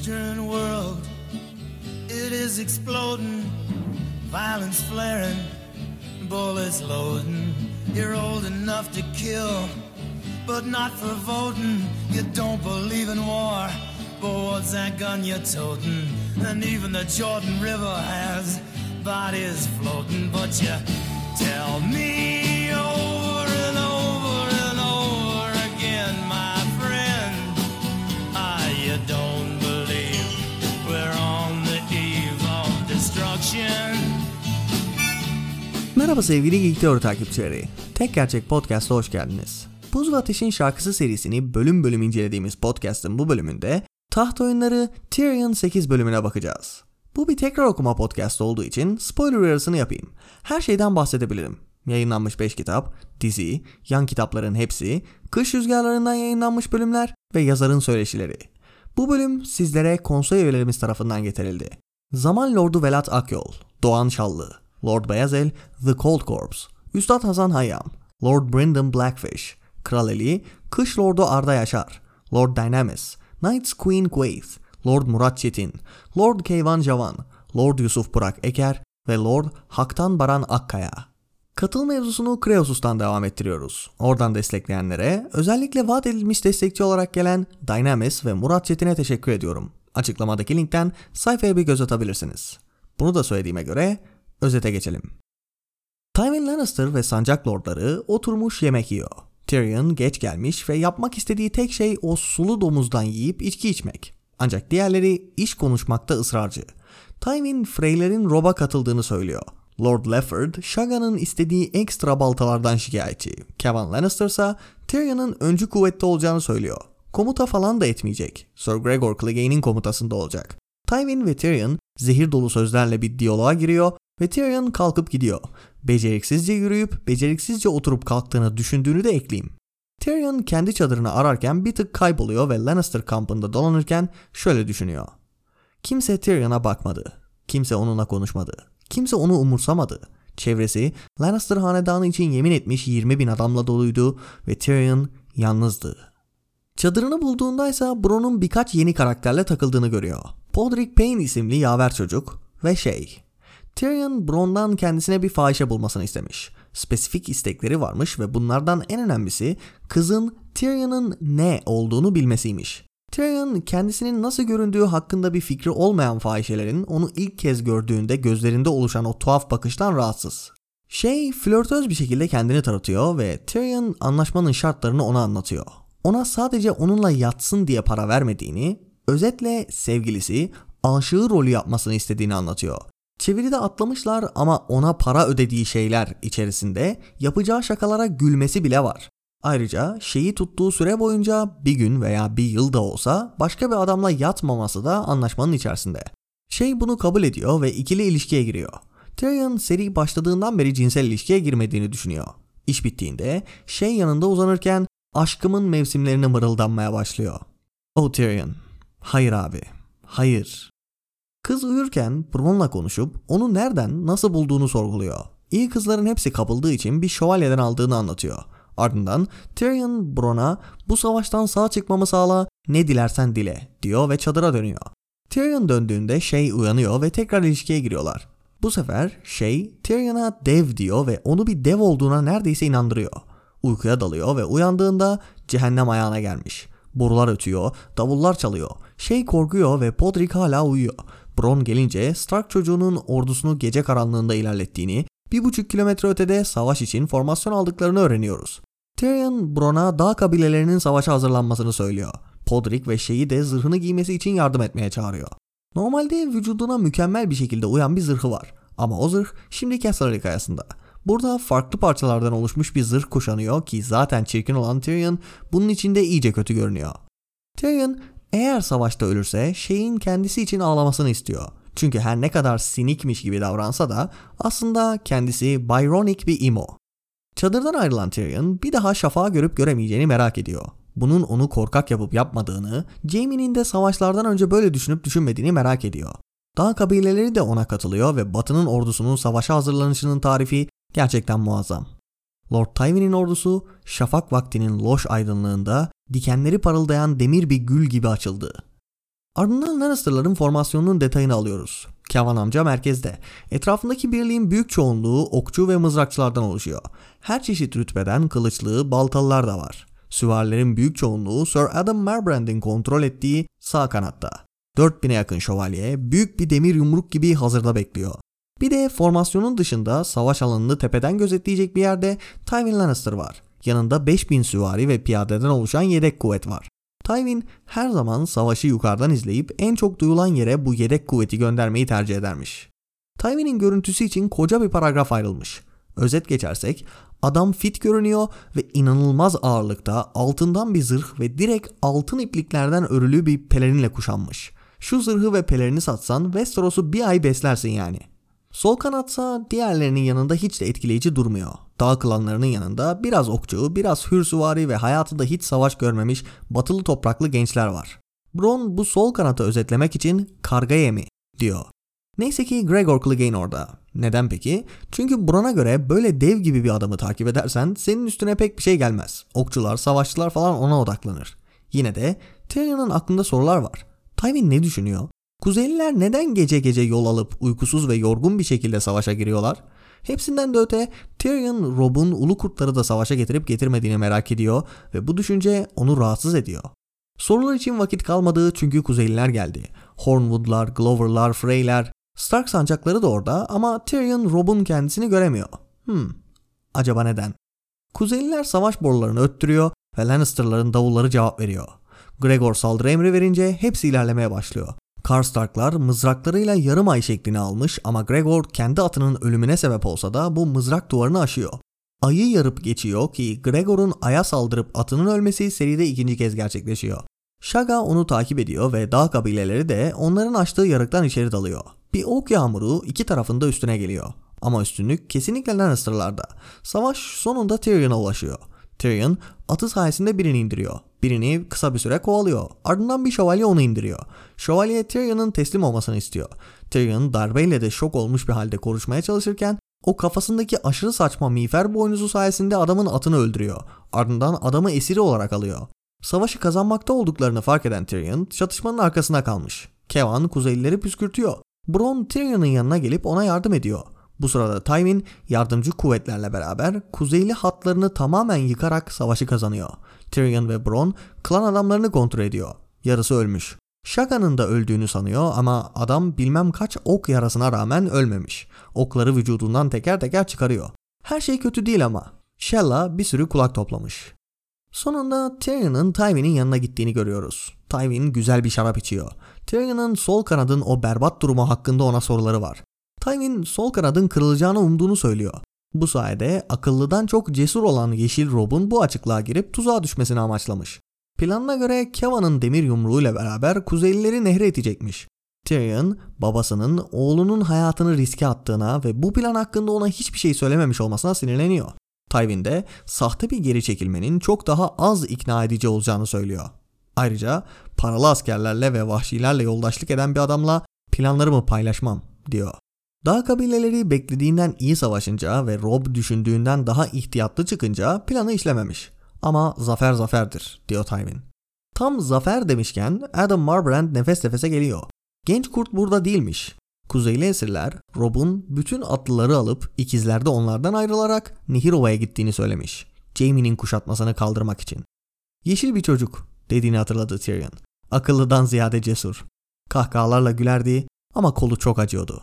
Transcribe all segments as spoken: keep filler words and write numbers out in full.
Western world, it is exploding, violence flaring, bullets loading. You're old enough to kill, but not for voting. You don't believe in war, but what's that gun you're toting? And even the Jordan River has bodies floating. But you tell me over and over and over again, my friend, ah, you don't believe we're on the eve of destruction. Merhaba sevgili Geek Teori takipçileri. Tek Gerçek Podcast'a hoş geldiniz. Buz ve Ateş'in şarkısı serisini bölüm bölüm incelediğimiz podcast'ın bu bölümünde Taht Oyunları Tyrion sekiz bölümüne bakacağız. Bu bir tekrar okuma podcast olduğu için spoiler uyarısını yapayım. Her şeyden bahsedebilirim. Yayınlanmış beş kitap, dizi, yan kitapların hepsi, Kış Rüzgarlarından yayınlanmış bölümler ve yazarın söyleşileri. Bu bölüm sizlere konsol üyelerimiz tarafından getirildi. Zaman Lordu Velat Akyol, Doğan Şallı, Lord Beyazel, The Cold Corpse, Üstad Hasan Hayyam, Lord Brynden Blackfish, Kral Eli, Kış Lordu Arda Yaşar, Lord Dynamis, Knights Queen Gwaith, Lord Murat Çetin, Lord Keyvan Javan, Lord Yusuf Burak Eker ve Lord Haktan Baran Akkaya. Katıl mevzusunu Kreosus'tan devam ettiriyoruz. Oradan destekleyenlere, özellikle vaat edilmiş destekçi olarak gelen Dynamis ve Murat Çetin'e teşekkür ediyorum. Açıklamadaki linkten sayfaya bir göz atabilirsiniz. Bunu da söylediğime göre özete geçelim. Tywin Lannister ve sancak lordları oturmuş yemek yiyor. Tyrion geç gelmiş ve yapmak istediği tek şey o sulu domuzdan yiyip içki içmek. Ancak diğerleri iş konuşmakta ısrarcı. Tywin Freyler'in Rob'a katıldığını söylüyor. Lord Lefford, Shaga'nın istediği ekstra baltalardan şikayetçi. Kevan Lannister ise Tyrion'un öncü kuvvette olacağını söylüyor. Komuta falan da etmeyecek. Sir Gregor Clegane'in komutasında olacak. Tywin ve Tyrion zehir dolu sözlerle bir diyaloğa giriyor ve Tyrion kalkıp gidiyor. Beceriksizce yürüyüp beceriksizce oturup kalktığını düşündüğünü de ekleyeyim. Tyrion kendi çadırını ararken bir tık kayboluyor ve Lannister kampında dolanırken şöyle düşünüyor. Kimse Tyrion'a bakmadı. Kimse onunla konuşmadı. Kimse onu umursamadı. Çevresi Lannister hanedanı için yemin etmiş yirmi bin adamla doluydu ve Tyrion yalnızdı. Çadırını bulduğundaysa Bron'un birkaç yeni karakterle takıldığını görüyor. Podrick Payne isimli yaver çocuk ve şey. Tyrion Bron'dan kendisine bir fahişe bulmasını istemiş. Spesifik istekleri varmış ve bunlardan en önemlisi kızın Tyrion'un ne olduğunu bilmesiymiş. Tyrion kendisinin nasıl göründüğü hakkında bir fikri olmayan fahişelerin onu ilk kez gördüğünde gözlerinde oluşan o tuhaf bakıştan rahatsız. Şey flörtöz bir şekilde kendini tanıtıyor ve Tyrion anlaşmanın şartlarını ona anlatıyor. Ona sadece onunla yatsın diye para vermediğini, özetle sevgilisi aşığı rolü yapmasını istediğini anlatıyor. Çeviride atlamışlar ama ona para ödediği şeyler içerisinde yapacağı şakalara gülmesi bile var. Ayrıca şeyi tuttuğu süre boyunca bir gün veya bir yıl da olsa başka bir adamla yatmaması da anlaşmanın içerisinde. Şey bunu kabul ediyor ve ikili ilişkiye giriyor. Tyrion seri başladığından beri cinsel ilişkiye girmediğini düşünüyor. İş bittiğinde şey yanında uzanırken aşkımın mevsimlerini mırıldanmaya başlıyor. Oh Tyrion, hayır abi, hayır. Kız uyurken Bron'la konuşup onu nereden nasıl bulduğunu sorguluyor. İyi kızların hepsi kapıldığı için bir şövalyeden aldığını anlatıyor. Ardından Tyrion Bron'a bu savaştan sağ çıkmamı sağla, ne dilersen dile diyor ve çadıra dönüyor. Tyrion döndüğünde şey uyanıyor ve tekrar ilişkiye giriyorlar. Bu sefer şey Tyrion'a dev diyor ve onu bir dev olduğuna neredeyse inandırıyor. Uykuya dalıyor ve uyandığında cehennem ayağına gelmiş. Borular ötüyor, davullar çalıyor. Şey korkuyor ve Podrick hala uyuyor. Bronn gelince Stark çocuğunun ordusunu gece karanlığında ilerlettiğini, bir buçuk kilometre ötede savaş için formasyon aldıklarını öğreniyoruz. Tyrion Bronn'a dağ kabilelerinin savaşa hazırlanmasını söylüyor. Podrick ve şeyi de zırhını giymesi için yardım etmeye çağırıyor. Normalde vücuduna mükemmel bir şekilde uyan bir zırhı var. Ama o zırh şimdi Casterly kayasında. Burada farklı parçalardan oluşmuş bir zırh kuşanıyor ki zaten çirkin olan Tyrion bunun içinde iyice kötü görünüyor. Tyrion eğer savaşta ölürse şeyin kendisi için ağlamasını istiyor. Çünkü her ne kadar sinikmiş gibi davransa da aslında kendisi Byronic bir emo. Çadırdan ayrılan Tyrion bir daha şafağı görüp göremeyeceğini merak ediyor. Bunun onu korkak yapıp yapmadığını, Jaime'nin de savaşlardan önce böyle düşünüp düşünmediğini merak ediyor. Dağ kabileleri de ona katılıyor ve Batı'nın ordusunun savaşa hazırlanışının tarifi gerçekten muazzam. Lord Tywin'in ordusu şafak vaktinin loş aydınlığında dikenleri parıldayan demir bir gül gibi açıldı. Ardından Lannister'ların formasyonunun detayını alıyoruz. Kevan amca merkezde. Etrafındaki birliğin büyük çoğunluğu okçu ve mızrakçılardan oluşuyor. Her çeşit rütbeden kılıçlı, baltalılar da var. Süvarilerin büyük çoğunluğu Sir Adam Marbrand'in kontrol ettiği sağ kanatta. dört bine yakın şövalye büyük bir demir yumruk gibi hazırda bekliyor. Bir de formasyonun dışında savaş alanını tepeden gözetleyecek bir yerde Tywin Lannister var. Yanında beş bin süvari ve piyadeden oluşan yedek kuvvet var. Tywin her zaman savaşı yukarıdan izleyip en çok duyulan yere bu yedek kuvveti göndermeyi tercih edermiş. Tywin'in görüntüsü için koca bir paragraf ayrılmış. Özet geçersek, adam fit görünüyor ve inanılmaz ağırlıkta altından bir zırh ve direkt altın ipliklerden örülü bir pelerinle kuşanmış. Şu zırhı ve pelerini satsan Westeros'u bir ay beslersin yani. Sol kanatsa diğerlerinin yanında hiç de etkileyici durmuyor. Dağ klanlarının yanında biraz okçu, biraz hürsüvari ve hayatında hiç savaş görmemiş batılı topraklı gençler var. Bronn bu sol kanatı özetlemek için karga yemi diyor. Neyse ki Gregor Clegane orada. Neden peki? Çünkü Bronn'a göre böyle dev gibi bir adamı takip edersen senin üstüne pek bir şey gelmez. Okçular, savaşçılar falan ona odaklanır. Yine de Tyrion'un aklında sorular var. Tywin ne düşünüyor? Kuzeyliler neden gece gece yol alıp uykusuz ve yorgun bir şekilde savaşa giriyorlar? Hepsinden de öte Tyrion, Robb'un ulu kurtları da savaşa getirip getirmediğini merak ediyor ve bu düşünce onu rahatsız ediyor. Sorular için vakit kalmadı çünkü Kuzeyliler geldi. Hornwood'lar, Glover'lar, Frey'ler, Stark sancakları da orada ama Tyrion, Robb'un kendisini göremiyor. Hmm, acaba neden? Kuzeyliler savaş borularını öttürüyor ve Lannister'ların davulları cevap veriyor. Gregor saldırı emri verince hepsi ilerlemeye başlıyor. Karstarklar mızraklarıyla yarım ay şeklini almış ama Gregor kendi atının ölümüne sebep olsa da bu mızrak duvarını aşıyor. Ayı yarıp geçiyor ki Gregor'un aya saldırıp atının ölmesi seride ikinci kez gerçekleşiyor. Shaga onu takip ediyor ve dağ kabileleri de onların açtığı yarıktan içeri dalıyor. Bir ok yağmuru iki tarafında üstüne geliyor. Ama üstünlük kesinlikle Lannister'larda. Savaş sonunda Tyrion'a ulaşıyor. Tyrion atı sayesinde birini indiriyor. Birini kısa bir süre kovalıyor. Ardından bir şövalye onu indiriyor. Şövalye Tyrion'un teslim olmasını istiyor. Tyrion darbeyle de şok olmuş bir halde konuşmaya çalışırken o kafasındaki aşırı saçma miğfer boynuzu sayesinde adamın atını öldürüyor. Ardından adamı esiri olarak alıyor. Savaşı kazanmakta olduklarını fark eden Tyrion çatışmanın arkasına kalmış. Kevan Kuzeylileri püskürtüyor. Bronn Tyrion'un yanına gelip ona yardım ediyor. Bu sırada Tywin yardımcı kuvvetlerle beraber Kuzeyli hatlarını tamamen yıkarak savaşı kazanıyor. Tyrion ve Bronn klan adamlarını kontrol ediyor. Yarısı ölmüş. Shaga'nın da öldüğünü sanıyor ama adam bilmem kaç ok yarasına rağmen ölmemiş. Okları vücudundan teker teker çıkarıyor. Her şey kötü değil ama. Shella bir sürü kulak toplamış. Sonunda Tyrion'un Tywin'in yanına gittiğini görüyoruz. Tywin güzel bir şarap içiyor. Tyrion'un sol kanadın o berbat durumu hakkında ona soruları var. Tywin sol kanadın kırılacağını umduğunu söylüyor. Bu sayede akıllıdan çok cesur olan Yeşil Robb'un bu açıklığa girip tuzağa düşmesini amaçlamış. Planına göre Kevan'ın demir yumruğuyla beraber Kuzeylileri nehre itecekmiş. Tyrion, babasının oğlunun hayatını riske attığına ve bu plan hakkında ona hiçbir şey söylememiş olmasına sinirleniyor. Tywin de sahte bir geri çekilmenin çok daha az ikna edici olacağını söylüyor. Ayrıca paralı askerlerle ve vahşilerle yoldaşlık eden bir adamla planlarımı paylaşmam diyor. Dağ kabileleri beklediğinden iyi savaşınca ve Robb düşündüğünden daha ihtiyatlı çıkınca planı işlememiş. Ama zafer zaferdir diyor Tywin. Tam zafer demişken Adam Marbrand nefes nefese geliyor. Genç kurt burada değilmiş. Kuzeyli esirler Robb'un bütün atlıları alıp ikizler de onlardan ayrılarak Nehirova'ya gittiğini söylemiş. Jaime'nin kuşatmasını kaldırmak için. Yeşil bir çocuk dediğini hatırladı Tyrion. Akıllıdan ziyade cesur. Kahkahalarla gülerdi ama kolu çok acıyordu.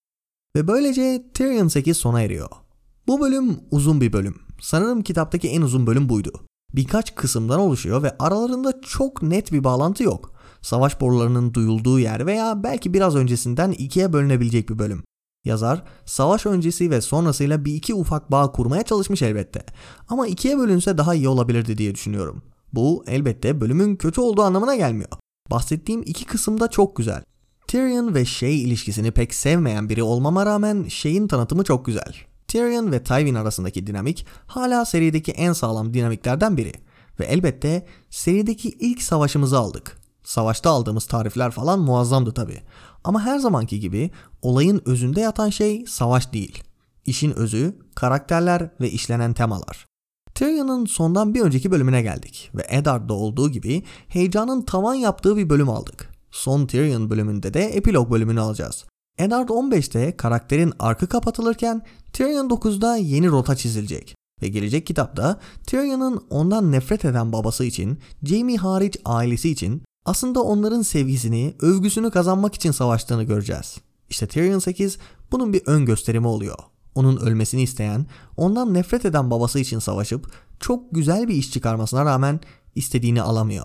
Ve böylece Tyrion sekiz sona eriyor. Bu bölüm uzun bir bölüm. Sanırım kitaptaki en uzun bölüm buydu. Birkaç kısımdan oluşuyor ve aralarında çok net bir bağlantı yok. Savaş borularının duyulduğu yer veya belki biraz öncesinden ikiye bölünebilecek bir bölüm. Yazar, savaş öncesi ve sonrasıyla bir iki ufak bağ kurmaya çalışmış elbette. Ama ikiye bölünse daha iyi olabilirdi diye düşünüyorum. Bu elbette bölümün kötü olduğu anlamına gelmiyor. Bahsettiğim iki kısımda çok güzel. Tyrion ve Shay ilişkisini pek sevmeyen biri olmama rağmen Shay'in tanıtımı çok güzel. Tyrion ve Tywin arasındaki dinamik hala serideki en sağlam dinamiklerden biri. Ve elbette serideki ilk savaşımızı aldık. Savaşta aldığımız tarifler falan muazzamdı tabii. Ama her zamanki gibi olayın özünde yatan şey savaş değil. İşin özü, karakterler ve işlenen temalar. Tyrion'un sondan bir önceki bölümüne geldik ve Eddard'da olduğu gibi heyecanın tavan yaptığı bir bölüm aldık. Son Tyrion bölümünde de epilog bölümünü alacağız. Eddard on beşte karakterin arkı kapatılırken Tyrion dokuzda yeni rota çizilecek. Ve gelecek kitapta Tyrion'un ondan nefret eden babası için, Jaime hariç ailesi için aslında onların sevgisini, övgüsünü kazanmak için savaştığını göreceğiz. İşte Tyrion sekiz bunun bir ön gösterimi oluyor. Onun ölmesini isteyen, ondan nefret eden babası için savaşıp çok güzel bir iş çıkarmasına rağmen istediğini alamıyor.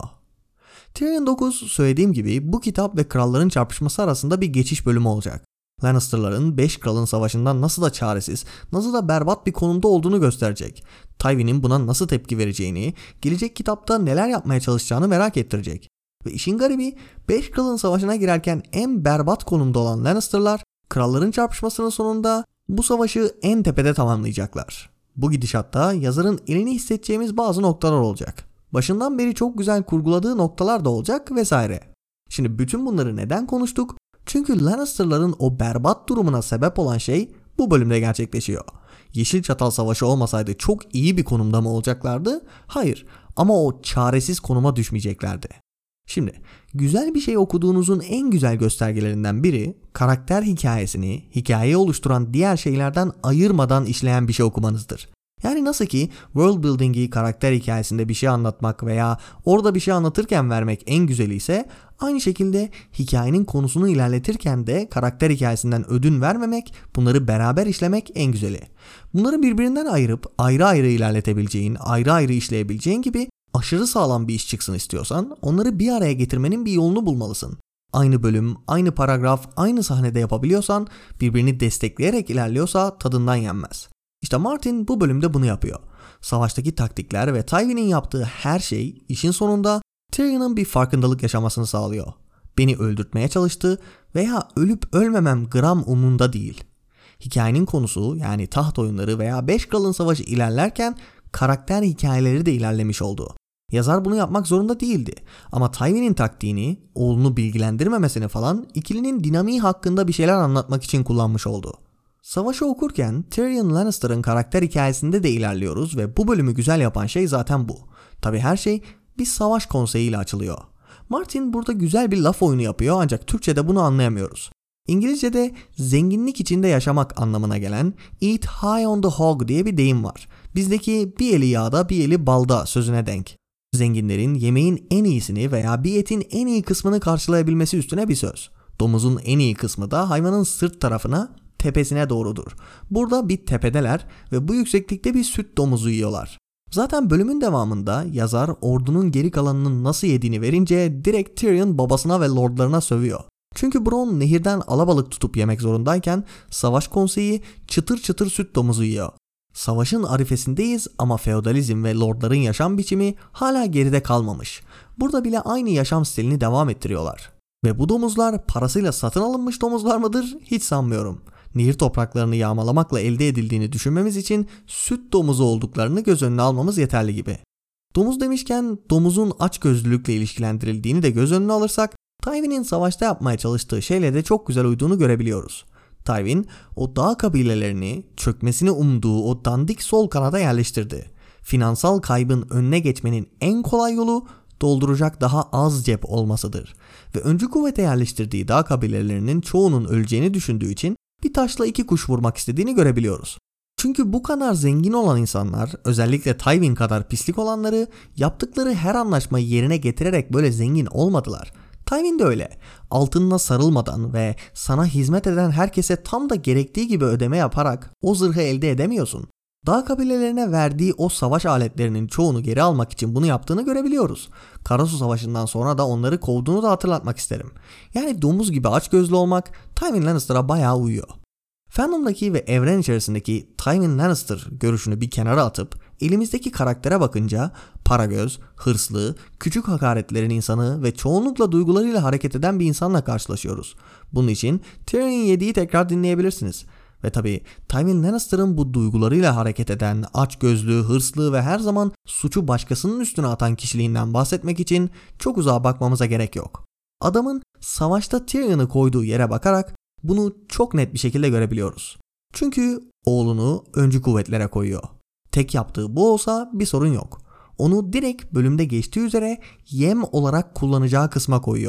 Tyrion dokuz söylediğim gibi bu kitap ve kralların çarpışması arasında bir geçiş bölümü olacak. Lannister'ların beş kralın savaşından nasıl da çaresiz, nasıl da berbat bir konumda olduğunu gösterecek. Tywin'in buna nasıl tepki vereceğini, gelecek kitapta neler yapmaya çalışacağını merak ettirecek. Ve işin garibi beş kralın savaşına girerken en berbat konumda olan Lannister'lar kralların çarpışmasının sonunda bu savaşı en tepede tamamlayacaklar. Bu gidişatta yazarın elini hissedeceğimiz bazı noktalar olacak. Başından beri çok güzel kurguladığı noktalar da olacak vesaire. Şimdi bütün bunları neden konuştuk? Çünkü Lannister'ların o berbat durumuna sebep olan şey bu bölümde gerçekleşiyor. Yeşil Çatal Savaşı olmasaydı çok iyi bir konumda mı olacaklardı? Hayır, ama o çaresiz konuma düşmeyeceklerdi. Şimdi güzel bir şey okuduğunuzun en güzel göstergelerinden biri karakter hikayesini hikayeyi oluşturan diğer şeylerden ayırmadan işleyen bir şey okumanızdır. Yani nasıl ki world building'i karakter hikayesinde bir şey anlatmak veya orada bir şey anlatırken vermek en güzeli ise aynı şekilde hikayenin konusunu ilerletirken de karakter hikayesinden ödün vermemek, bunları beraber işlemek en güzeli. Bunları birbirinden ayırıp ayrı ayrı ilerletebileceğin, ayrı ayrı işleyebileceğin gibi aşırı sağlam bir iş çıksın istiyorsan onları bir araya getirmenin bir yolunu bulmalısın. Aynı bölüm, aynı paragraf, aynı sahnede yapabiliyorsan, birbirini destekleyerek ilerliyorsa tadından yenmez. İşte Martin bu bölümde bunu yapıyor. Savaştaki taktikler ve Tywin'in yaptığı her şey işin sonunda Tyrion'un bir farkındalık yaşamasını sağlıyor. Beni öldürtmeye çalıştı veya ölüp ölmemem gram umurunda değil. Hikayenin konusu yani taht oyunları veya beş kralın savaşı ilerlerken karakter hikayeleri de ilerlemiş oldu. Yazar bunu yapmak zorunda değildi ama Tywin'in taktiğini, oğlunu bilgilendirmemesini falan ikilinin dinamiği hakkında bir şeyler anlatmak için kullanmış oldu. Savaşı okurken Tyrion Lannister'ın karakter hikayesinde de ilerliyoruz ve bu bölümü güzel yapan şey zaten bu. Tabi her şey bir savaş konseyiyle açılıyor. Martin burada güzel bir laf oyunu yapıyor ancak Türkçe'de bunu anlayamıyoruz. İngilizce'de zenginlik içinde yaşamak anlamına gelen eat high on the hog diye bir deyim var. Bizdeki bir eli yağda bir eli balda sözüne denk. Zenginlerin yemeğin en iyisini veya bir etin en iyi kısmını karşılayabilmesi üstüne bir söz. Domuzun en iyi kısmı da hayvanın sırt tarafına, tepesine doğrudur. Burada bir tepedeler ve bu yükseklikte bir süt domuzu yiyorlar. Zaten bölümün devamında yazar ordunun geri kalanının nasıl yediğini verince direkt Tyrion babasına ve lordlarına sövüyor. Çünkü Bronn nehirden alabalık tutup yemek zorundayken savaş konseyi çıtır çıtır süt domuzu yiyor. Savaşın arifesindeyiz ama feodalizm ve lordların yaşam biçimi hala geride kalmamış. Burada bile aynı yaşam stilini devam ettiriyorlar. Ve bu domuzlar parasıyla satın alınmış domuzlar mıdır? Hiç sanmıyorum. Nehir topraklarını yağmalamakla elde edildiğini düşünmemiz için süt domuzu olduklarını göz önüne almamız yeterli gibi. Domuz demişken domuzun açgözlülükle ilişkilendirildiğini de göz önüne alırsak Tywin'in savaşta yapmaya çalıştığı şeyle de çok güzel uyduğunu görebiliyoruz. Tywin o dağ kabilelerini çökmesini umduğu o dandik sol kanada yerleştirdi. Finansal kaybın önüne geçmenin en kolay yolu dolduracak daha az cep olmasıdır. Ve öncü kuvvete yerleştirdiği dağ kabilelerinin çoğunun öleceğini düşündüğü için bir taşla iki kuş vurmak istediğini görebiliyoruz. Çünkü bu kadar zengin olan insanlar, özellikle Tywin kadar pislik olanları, yaptıkları her anlaşmayı yerine getirerek böyle zengin olmadılar. Tywin de öyle. Altınına sarılmadan ve sana hizmet eden herkese tam da gerektiği gibi ödeme yaparak o zırhı elde edemiyorsun. Dağ kabilelerine verdiği o savaş aletlerinin çoğunu geri almak için bunu yaptığını görebiliyoruz. Karasu Savaşı'ndan sonra da onları kovduğunu da hatırlatmak isterim. Yani domuz gibi açgözlü olmak Tywin Lannister'a bayağı uyuyor. Fandom'daki ve evren içerisindeki Tywin Lannister görüşünü bir kenara atıp elimizdeki karaktere bakınca paragöz, hırslı, küçük hakaretlerin insanı ve çoğunlukla duygularıyla hareket eden bir insanla karşılaşıyoruz. Bunun için Tyrion yediği tekrar dinleyebilirsiniz. Ve tabi Tywin Lannister'ın bu duygularıyla hareket eden, açgözlü, hırslı ve her zaman suçu başkasının üstüne atan kişiliğinden bahsetmek için çok uzağa bakmamıza gerek yok. Adamın savaşta Tyrion'u koyduğu yere bakarak bunu çok net bir şekilde görebiliyoruz. Çünkü oğlunu öncü kuvvetlere koyuyor. Tek yaptığı bu olsa bir sorun yok. Onu direkt bölümde geçtiği üzere yem olarak kullanacağı kısma koyuyor.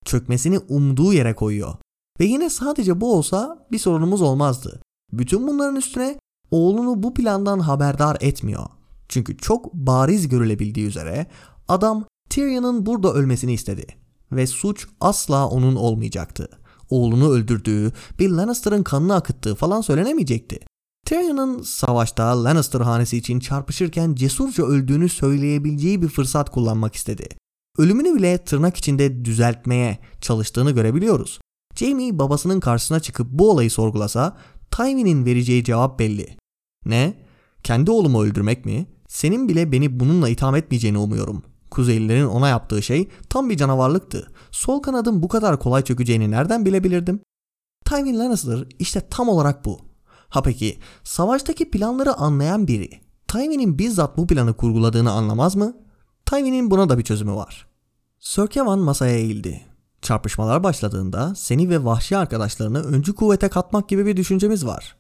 çökmesini umduğu yere koyuyor. Ve yine sadece bu olsa bir sorunumuz olmazdı. Bütün bunların üstüne oğlunu bu plandan haberdar etmiyor. Çünkü çok bariz görülebildiği üzere adam Tyrion'un burada ölmesini istedi. Ve suç asla onun olmayacaktı. Oğlunu öldürdüğü, bir Lannister'ın kanını akıttığı falan söylenemeyecekti. Tyrion'un savaşta Lannister hanesi için çarpışırken cesurca öldüğünü söyleyebileceği bir fırsat kullanmak istedi. Ölümünü bile tırnak içinde düzeltmeye çalıştığını görebiliyoruz. Jaime babasının karşısına çıkıp bu olayı sorgulasa Tywin'in vereceği cevap belli. Ne? Kendi oğlumu öldürmek mi? Senin bile beni bununla itham etmeyeceğini umuyorum. Kuzeylilerin ona yaptığı şey tam bir canavarlıktı. Sol kanadın bu kadar kolay çökeceğini nereden bilebilirdim? Tywin Lannister işte tam olarak bu. Ha peki, savaştaki planları anlayan biri Tywin'in bizzat bu planı kurguladığını anlamaz mı? Tywin'in buna da bir çözümü var. Sir Kevan masaya eğildi. Çarpışmalar başladığında seni ve vahşi arkadaşlarını öncü kuvvete katmak gibi bir düşüncemiz var.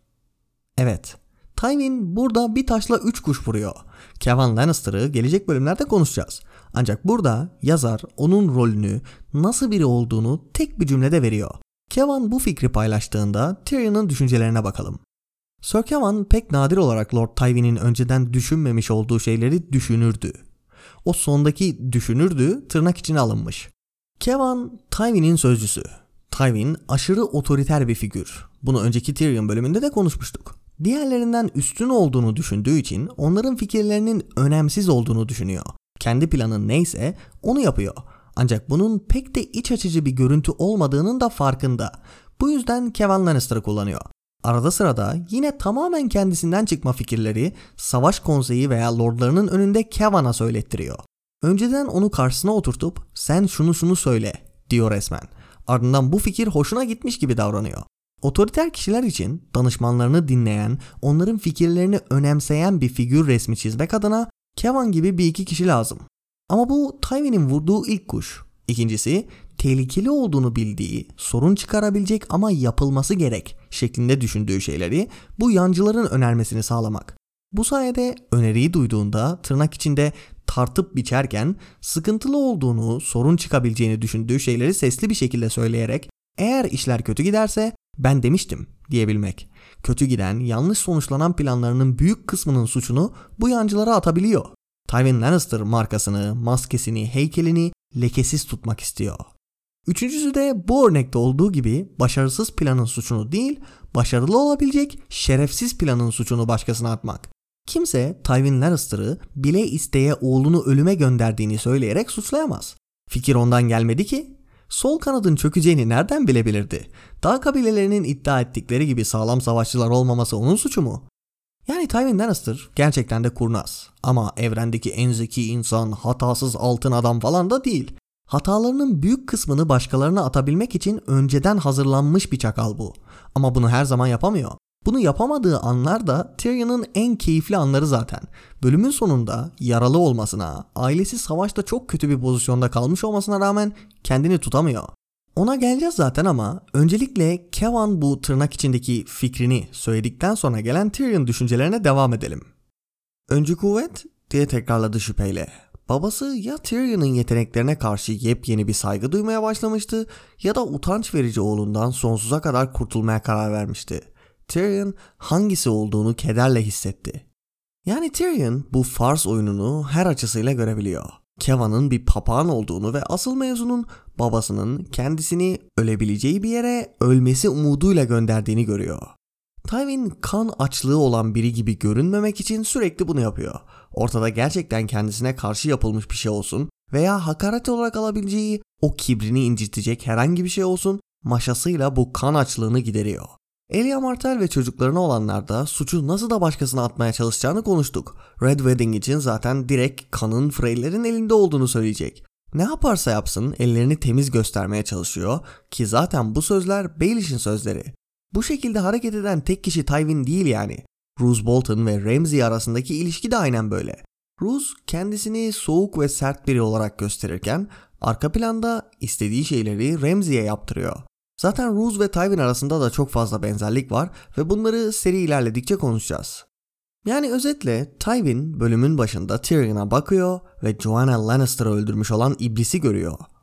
Evet, Tywin burada bir taşla üç kuş vuruyor. Kevan Lannister'ı gelecek bölümlerde konuşacağız. Ancak burada yazar onun rolünü, nasıl biri olduğunu tek bir cümlede veriyor. Kevan bu fikri paylaştığında Tyrion'un düşüncelerine bakalım. Sir Kevan pek nadir olarak Lord Tywin'in önceden düşünmemiş olduğu şeyleri düşünürdü. O sondaki düşünürdü tırnak içine alınmış. Kevan Tywin'in sözcüsü. Tywin aşırı otoriter bir figür. Bunu önceki Tyrion bölümünde de konuşmuştuk. Diğerlerinden üstün olduğunu düşündüğü için onların fikirlerinin önemsiz olduğunu düşünüyor. Kendi planı neyse onu yapıyor. Ancak bunun pek de iç açıcı bir görüntü olmadığının da farkında. Bu yüzden Kevan Lannister'ı kullanıyor. Arada sırada yine tamamen kendisinden çıkma fikirleri savaş konseyi veya lordlarının önünde Kevan'a söylettiriyor. Önceden onu karşısına oturtup sen şunu şunu söyle diyor resmen. Ardından bu fikir hoşuna gitmiş gibi davranıyor. Otoriter kişiler için danışmanlarını dinleyen, onların fikirlerini önemseyen bir figür resmi çizmek adına Kevan gibi bir iki kişi lazım. Ama bu Tywin'in vurduğu ilk kuş. İkincisi, tehlikeli olduğunu bildiği, sorun çıkarabilecek ama yapılması gerek şeklinde düşündüğü şeyleri bu yancıların önermesini sağlamak. Bu sayede öneriyi duyduğunda tırnak içinde tartıp biçerken sıkıntılı olduğunu, sorun çıkabileceğini düşündüğü şeyleri sesli bir şekilde söyleyerek eğer işler kötü giderse ben demiştim diyebilmek. Kötü giden, yanlış sonuçlanan planlarının büyük kısmının suçunu bu yancılara atabiliyor. Tywin Lannister markasını, maskesini, heykelini lekesiz tutmak istiyor. Üçüncüsü de bu örnekte olduğu gibi başarısız planın suçunu değil, başarılı olabilecek şerefsiz planın suçunu başkasına atmak. Kimse Tywin Lannister'ı bile isteye oğlunu ölüme gönderdiğini söyleyerek suçlayamaz. Fikir ondan gelmedi ki. Sol kanadın çökeceğini nereden bilebilirdi? Dağ kabilelerinin iddia ettikleri gibi sağlam savaşçılar olmaması onun suçu mu? Yani Tywin Lannister gerçekten de kurnaz. Ama evrendeki en zeki insan, hatasız altın adam falan da değil. Hatalarının büyük kısmını başkalarına atabilmek için önceden hazırlanmış bir çakal bu. Ama bunu her zaman yapamıyor. Bunu yapamadığı anlar da Tyrion'un en keyifli anları zaten. Bölümün sonunda yaralı olmasına, ailesi savaşta çok kötü bir pozisyonda kalmış olmasına rağmen kendini tutamıyor. Ona geleceğiz zaten ama öncelikle Kevan bu tırnak içindeki fikrini söyledikten sonra gelen Tyrion düşüncelerine devam edelim. Öncü kuvvet diye tekrarladı şüpheyle. Babası ya Tyrion'un yeteneklerine karşı yepyeni bir saygı duymaya başlamıştı ya da utanç verici oğlundan sonsuza kadar kurtulmaya karar vermişti. Tyrion hangisi olduğunu kederle hissetti. Yani Tyrion bu fars oyununu her açısıyla görebiliyor. Kevan'ın bir papağan olduğunu ve asıl mevzunun babasının kendisini ölebileceği bir yere ölmesi umuduyla gönderdiğini görüyor. Tywin kan açlığı olan biri gibi görünmemek için sürekli bunu yapıyor. Ortada gerçekten kendisine karşı yapılmış bir şey olsun veya hakaret olarak alabileceği o kibrini incitecek herhangi bir şey olsun maşasıyla bu kan açlığını gideriyor. Elia Martell ve çocuklarına olanlarda suçu nasıl da başkasına atmaya çalışacağını konuştuk. Red Wedding için zaten direkt kanın Frey'lerin elinde olduğunu söyleyecek. Ne yaparsa yapsın ellerini temiz göstermeye çalışıyor ki zaten bu sözler Baelish'in sözleri. Bu şekilde hareket eden tek kişi Tywin değil yani. Roose Bolton ve Ramsay arasındaki ilişki de aynen böyle. Roose kendisini soğuk ve sert biri olarak gösterirken arka planda istediği şeyleri Ramsay'e yaptırıyor. Zaten Roose ve Tywin arasında da çok fazla benzerlik var ve bunları seri ilerledikçe konuşacağız. Yani özetle Tywin bölümün başında Tyrion'a bakıyor ve Joanna Lannister'ı öldürmüş olan iblisi görüyor.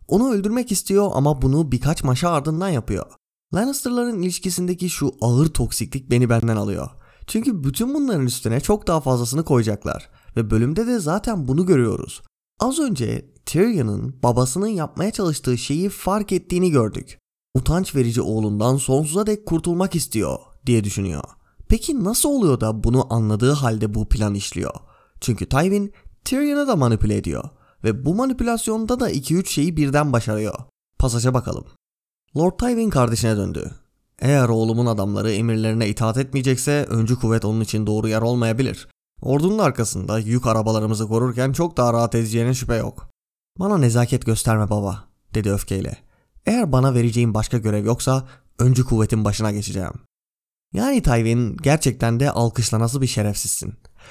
Onu öldürmek istiyor ama bunu birkaç maşa ardından yapıyor. Lannister'ların ilişkisindeki şu ağır toksiklik beni benden alıyor. Çünkü bütün bunların üstüne çok daha fazlasını koyacaklar. Ve bölümde de zaten bunu görüyoruz. Az önce Tyrion'un babasının yapmaya çalıştığı şeyi fark ettiğini gördük. Utanç verici oğlundan sonsuza dek kurtulmak istiyor diye düşünüyor. Peki nasıl oluyor da bunu anladığı halde bu plan işliyor? Çünkü Tywin Tyrion'u da manipüle ediyor. Ve bu manipülasyonda da iki üç şeyi birden başarıyor. Pasaja bakalım. Lord Tywin kardeşine döndü. Eğer oğlumun adamları emirlerine itaat etmeyecekse öncü kuvvet onun için doğru yer olmayabilir. Ordunun arkasında yük arabalarımızı korurken çok daha rahat edeceğine şüphe yok. Bana nezaket gösterme baba, dedi öfkeyle. Eğer bana vereceğin başka görev yoksa öncü kuvvetin başına geçeceğim. Yani Tywin gerçekten de alkışlanası bir şerefsizsin.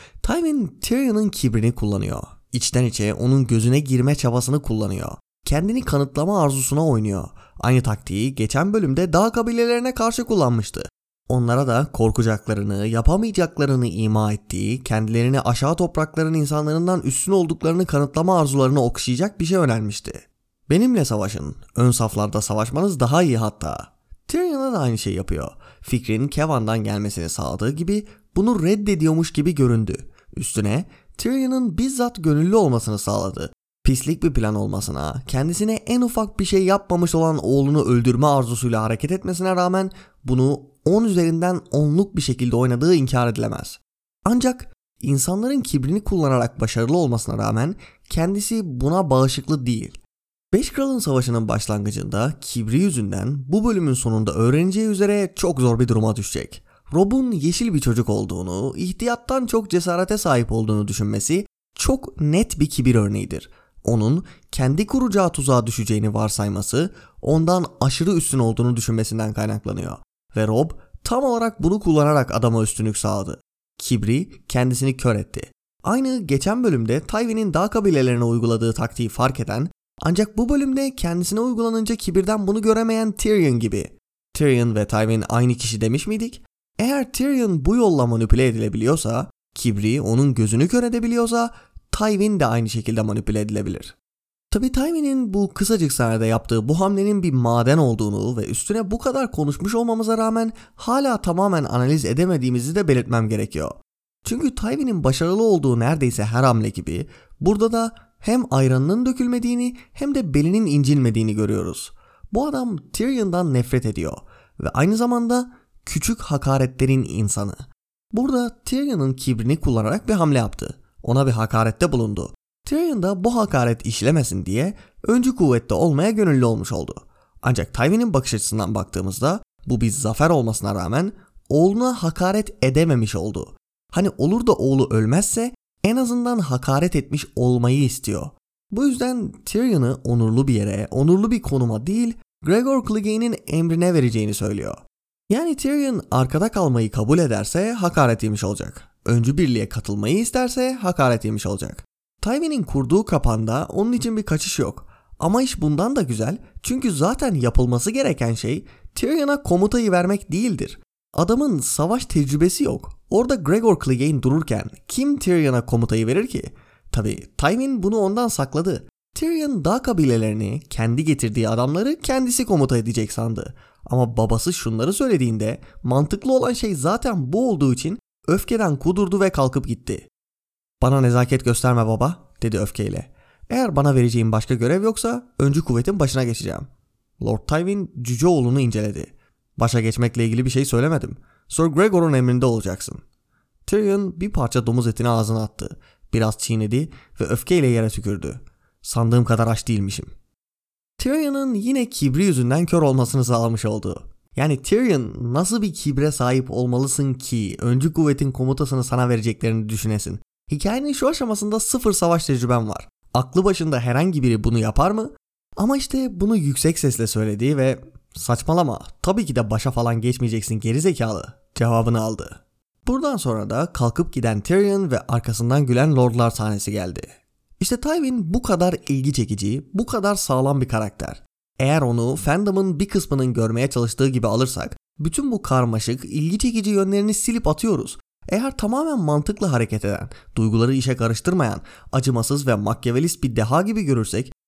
Tywin Tyrion'un kibrini kullanıyor. İçten içe onun gözüne girme çabasını kullanıyor. Kendini kanıtlama arzusuna oynuyor. Aynı taktiği geçen bölümde dağ kabilelerine karşı kullanmıştı. Onlara da korkacaklarını, yapamayacaklarını ima ettiği, kendilerini aşağı toprakların insanlarından üstün olduklarını kanıtlama arzularını okşayacak bir şey önermişti. Benimle savaşın, ön saflarda savaşmanız daha iyi hatta. Tyrion'a da aynı şey yapıyor. Fikrin Kevan'dan gelmesini sağladığı gibi bunu reddediyormuş gibi göründü. Üstüne Tyrion'un bizzat gönüllü olmasını sağladı. Pislik bir plan olmasına, kendisine en ufak bir şey yapmamış olan oğlunu öldürme arzusuyla hareket etmesine rağmen bunu on üzerinden onluk bir şekilde oynadığı inkar edilemez. Ancak insanların kibrini kullanarak başarılı olmasına rağmen kendisi buna bağışıklı değil. Beş Kralın Savaşı'nın başlangıcında kibri yüzünden bu bölümün sonunda öğreneceği üzere çok zor bir duruma düşecek. Rob'un yeşil bir çocuk olduğunu, ihtiyattan çok cesarete sahip olduğunu düşünmesi çok net bir kibir örneğidir. Onun kendi kuracağı tuzağa düşeceğini varsayması ondan aşırı üstün olduğunu düşünmesinden kaynaklanıyor. Ve Rob tam olarak bunu kullanarak adama üstünlük sağladı. Kibri kendisini kör etti. Aynı geçen bölümde Tywin'in dağ kabilelerine uyguladığı taktiği fark eden ancak bu bölümde kendisine uygulanınca kibirden bunu göremeyen Tyrion gibi. Tyrion ve Tywin aynı kişi demiş miydik? Eğer Tyrion bu yolla manipüle edilebiliyorsa, kibri onun gözünü kör edebiliyorsa Tywin de aynı şekilde manipüle edilebilir. Tabi Tywin'in bu kısacık sahnede yaptığı bu hamlenin bir maden olduğunu ve üstüne bu kadar konuşmuş olmamıza rağmen hala tamamen analiz edemediğimizi de belirtmem gerekiyor. Çünkü Tywin'in başarılı olduğu neredeyse her hamle gibi burada da hem ayranının dökülmediğini hem de belinin incinmediğini görüyoruz. Bu adam Tyrion'dan nefret ediyor ve aynı zamanda küçük hakaretlerin insanı. Burada Tyrion'un kibrini kullanarak bir hamle yaptı. Ona bir hakarette bulundu. Tyrion da bu hakaret işlemesin diye öncü kuvvette olmaya gönüllü olmuş oldu. Ancak Tywin'in bakış açısından baktığımızda bu bir zafer olmasına rağmen oğluna hakaret edememiş oldu. Hani olur da oğlu ölmezse en azından hakaret etmiş olmayı istiyor. Bu yüzden Tyrion'u onurlu bir yere, onurlu bir konuma değil Gregor Clegane'in emrine vereceğini söylüyor. Yani Tyrion arkada kalmayı kabul ederse hakaret yemiş olacak. Öncü birliğe katılmayı isterse hakaret yemiş olacak. Tywin'in kurduğu kapanda onun için bir kaçış yok. Ama iş bundan da güzel çünkü zaten yapılması gereken şey Tyrion'a komutayı vermek değildir. Adamın savaş tecrübesi yok. Orada Gregor Clegane dururken kim Tyrion'a komutayı verir ki? Tabi Tywin bunu ondan sakladı. Tyrion dağ kabilelerini, kendi getirdiği adamları kendisi komuta edecek sandı. Ama babası şunları söylediğinde mantıklı olan şey zaten bu olduğu için öfkeden kudurdu ve kalkıp gitti. Bana nezaket gösterme baba, dedi öfkeyle. Eğer bana vereceğin başka görev yoksa öncü kuvvetin başına geçeceğim. Lord Tywin cüce oğlunu inceledi. Başa geçmekle ilgili bir şey söylemedim. Sir Gregor'un emrinde olacaksın. Tyrion bir parça domuz etini ağzına attı. Biraz çiğnedi ve öfkeyle yere tükürdü. Sandığım kadar aç değilmişim. Tyrion'un yine kibri yüzünden kör olmasını sağlamış oldu. Yani Tyrion nasıl bir kibre sahip olmalısın ki öncü kuvvetin komutasını sana vereceklerini düşünesin. Hikayenin şu aşamasında sıfır savaş tecrüben var. Aklı başında herhangi biri bunu yapar mı? Ama işte bunu yüksek sesle söyledi ve saçmalama tabii ki de başa falan geçmeyeceksin gerizekalı cevabını aldı. Buradan sonra da kalkıp giden Tyrion ve arkasından gülen lordlar sahnesi geldi. İşte Tywin bu kadar ilgi çekici, bu kadar sağlam bir karakter. Eğer onu fandom'ın bir kısmının görmeye çalıştığı gibi alırsak, bütün bu karmaşık, ilgi çekici yönlerini silip atıyoruz. Eğer tamamen mantıklı hareket eden, duyguları işe karıştırmayan, acımasız ve makyavelist bir deha gibi görürsek,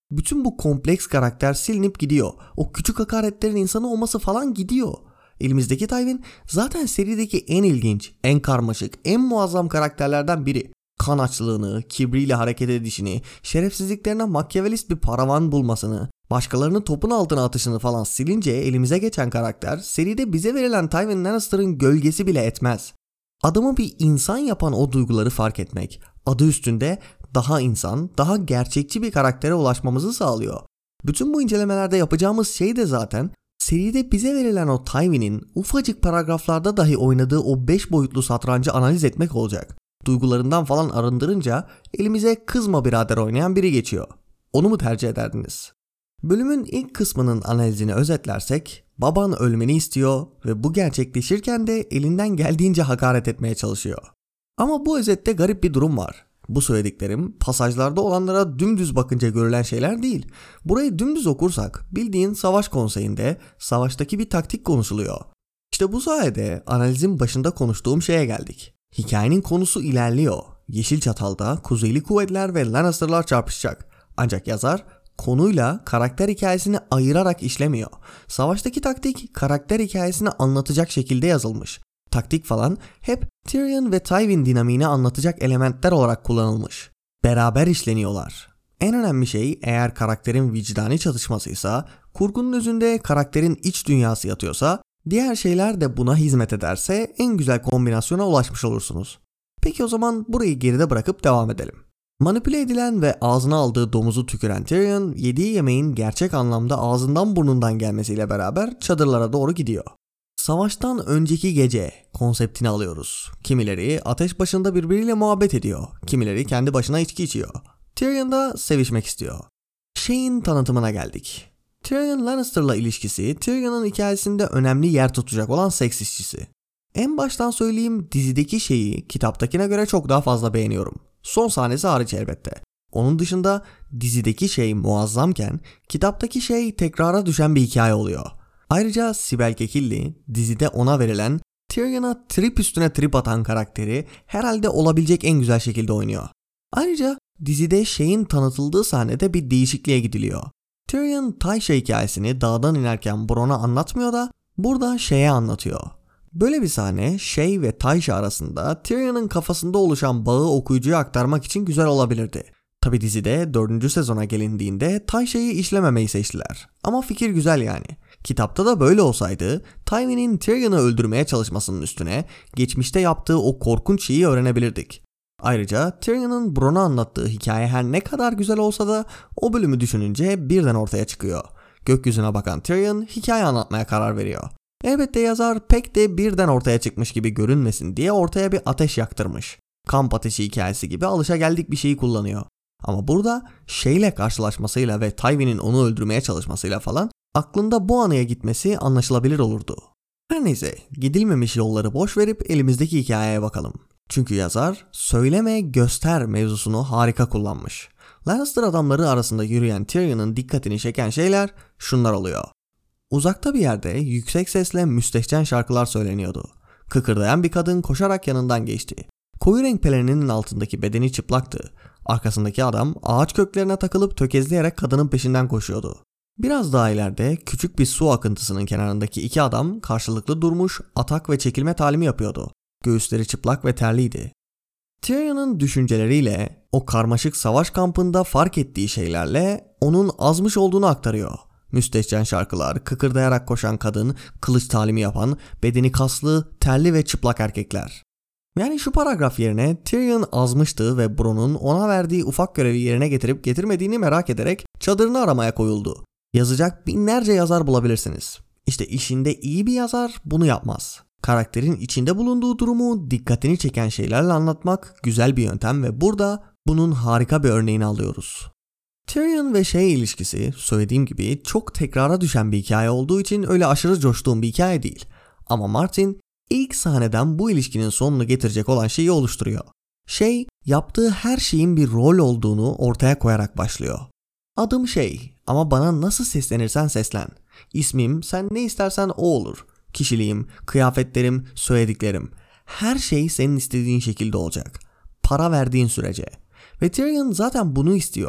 Bütün bu kompleks karakter silinip gidiyor. O küçük hakaretlerin insanı olması falan gidiyor. Elimizdeki Tywin zaten serideki en ilginç, en karmaşık, en muazzam karakterlerden biri. Kan açlığını, kibriyle hareket edişini, şerefsizliklerine makyavelist bir paravan bulmasını, başkalarının topun altına atışını falan silince elimize geçen karakter seride bize verilen Tywin Lannister'ın gölgesi bile etmez. Adamı bir insan yapan o duyguları fark etmek, adı üstünde daha insan, daha gerçekçi bir karaktere ulaşmamızı sağlıyor. Bütün bu incelemelerde yapacağımız şey de zaten seride bize verilen o Tywin'in ufacık paragraflarda dahi oynadığı o beş boyutlu satrancı analiz etmek olacak. Duygularından falan arındırınca elimize kızma birader oynayan biri geçiyor. Onu mu tercih ederdiniz? Bölümün ilk kısmının analizini özetlersek, baban ölmeni istiyor ve bu gerçekleşirken de elinden geldiğince hakaret etmeye çalışıyor. Ama bu özette garip bir durum var. Bu söylediklerim pasajlarda olanlara dümdüz bakınca görülen şeyler değil. Burayı dümdüz okursak bildiğin savaş konseyinde savaştaki bir taktik konuşuluyor. İşte bu sayede analizin başında konuştuğum şeye geldik. Hikayenin konusu ilerliyor. Yeşilçatal'da Kuzeyli Kuvvetler ve Lannister'lar çarpışacak. Ancak yazar konuyla karakter hikayesini ayırarak işlemiyor. Savaştaki taktik karakter hikayesini anlatacak şekilde yazılmış. Taktik falan hep Tyrion ve Tywin dinamiğini anlatacak elementler olarak kullanılmış. Beraber işleniyorlar. En önemli şey eğer karakterin vicdani çatışmasıysa, kurgunun özünde karakterin iç dünyası yatıyorsa, diğer şeyler de buna hizmet ederse en güzel kombinasyona ulaşmış olursunuz. Peki o zaman burayı geride bırakıp devam edelim. Manipüle edilen ve ağzına aldığı domuzu tüküren Tyrion, yediği yemeğin gerçek anlamda ağzından burnundan gelmesiyle beraber çadırlara doğru gidiyor. Savaştan önceki gece konseptini alıyoruz. Kimileri ateş başında birbiriyle muhabbet ediyor. Kimileri kendi başına içki içiyor. Tyrion da sevişmek istiyor. Şeyin tanıtımına geldik. Tyrion Lannister'la ilişkisi Tyrion'un hikayesinde önemli yer tutacak olan seks işçisi. En baştan söyleyeyim, dizideki şeyi kitaptakine göre çok daha fazla beğeniyorum. Son sahnesi hariç elbette. Onun dışında dizideki şey muazzamken kitaptaki şey tekrara düşen bir hikaye oluyor. Ayrıca Sibel Kekilli dizide ona verilen Tyrion'a trip üstüne trip atan karakteri herhalde olabilecek en güzel şekilde oynuyor. Ayrıca dizide şeyin tanıtıldığı sahnede bir değişikliğe gidiliyor. Tyrion Tysha hikayesini dağdan inerken Bronn'a anlatmıyor da burada Shay'e anlatıyor. Böyle bir sahne Shay ve Tysha arasında Tyrion'un kafasında oluşan bağı okuyucuya aktarmak için güzel olabilirdi. Tabi dizide dördüncü sezona gelindiğinde Tysha'yı işlememeyi seçtiler. Ama fikir güzel yani. Kitapta da böyle olsaydı Tywin'in Tyrion'u öldürmeye çalışmasının üstüne geçmişte yaptığı o korkunç şeyi öğrenebilirdik. Ayrıca Tyrion'un Bronn'a anlattığı hikaye her ne kadar güzel olsa da o bölümü düşününce birden ortaya çıkıyor. Gökyüzüne bakan Tyrion hikaye anlatmaya karar veriyor. Elbette yazar pek de birden ortaya çıkmış gibi görünmesin diye ortaya bir ateş yaktırmış. Kamp ateşi hikayesi gibi alışageldik bir şeyi kullanıyor. Ama burada Shay'le karşılaşmasıyla ve Tywin'in onu öldürmeye çalışmasıyla falan aklında bu anıya gitmesi anlaşılabilir olurdu. Her neyse, gidilmemiş yolları boş verip elimizdeki hikayeye bakalım. Çünkü yazar söyleme göster mevzusunu harika kullanmış. Lannister adamları arasında yürüyen Tyrion'un dikkatini çeken şeyler şunlar oluyor. Uzakta bir yerde yüksek sesle müstehcen şarkılar söyleniyordu. Kıkırdayan bir kadın koşarak yanından geçti. Koyu renk pelerininin altındaki bedeni çıplaktı. Arkasındaki adam ağaç köklerine takılıp tökezleyerek kadının peşinden koşuyordu. Biraz daha ileride küçük bir su akıntısının kenarındaki iki adam karşılıklı durmuş atak ve çekilme talimi yapıyordu. Göğüsleri çıplak ve terliydi. Tyrion'un düşünceleriyle o karmaşık savaş kampında fark ettiği şeylerle onun azmış olduğunu aktarıyor. Müstehcen şarkılar, kıkırdayarak koşan kadın, kılıç talimi yapan, bedeni kaslı, terli ve çıplak erkekler. Yani şu paragraf yerine Tyrion azmıştı ve Bronn'un ona verdiği ufak görevi yerine getirip getirmediğini merak ederek çadırını aramaya koyuldu. Yazacak binlerce yazar bulabilirsiniz. İşte işinde iyi bir yazar bunu yapmaz. Karakterin içinde bulunduğu durumu dikkatini çeken şeylerle anlatmak güzel bir yöntem ve burada bunun harika bir örneğini alıyoruz. Tyrion ve Shay ilişkisi söylediğim gibi çok tekrara düşen bir hikaye olduğu için öyle aşırı coştuğum bir hikaye değil. Ama Martin ilk sahneden bu ilişkinin sonunu getirecek olan şeyi oluşturuyor. Shay yaptığı her şeyin bir rol olduğunu ortaya koyarak başlıyor. Adım Shay ama bana nasıl seslenirsen seslen. İsmim sen ne istersen o olur. Kişiliğim, kıyafetlerim, söylediklerim. Her şey senin istediğin şekilde olacak. Para verdiğin sürece. Ve Tyrion zaten bunu istiyor.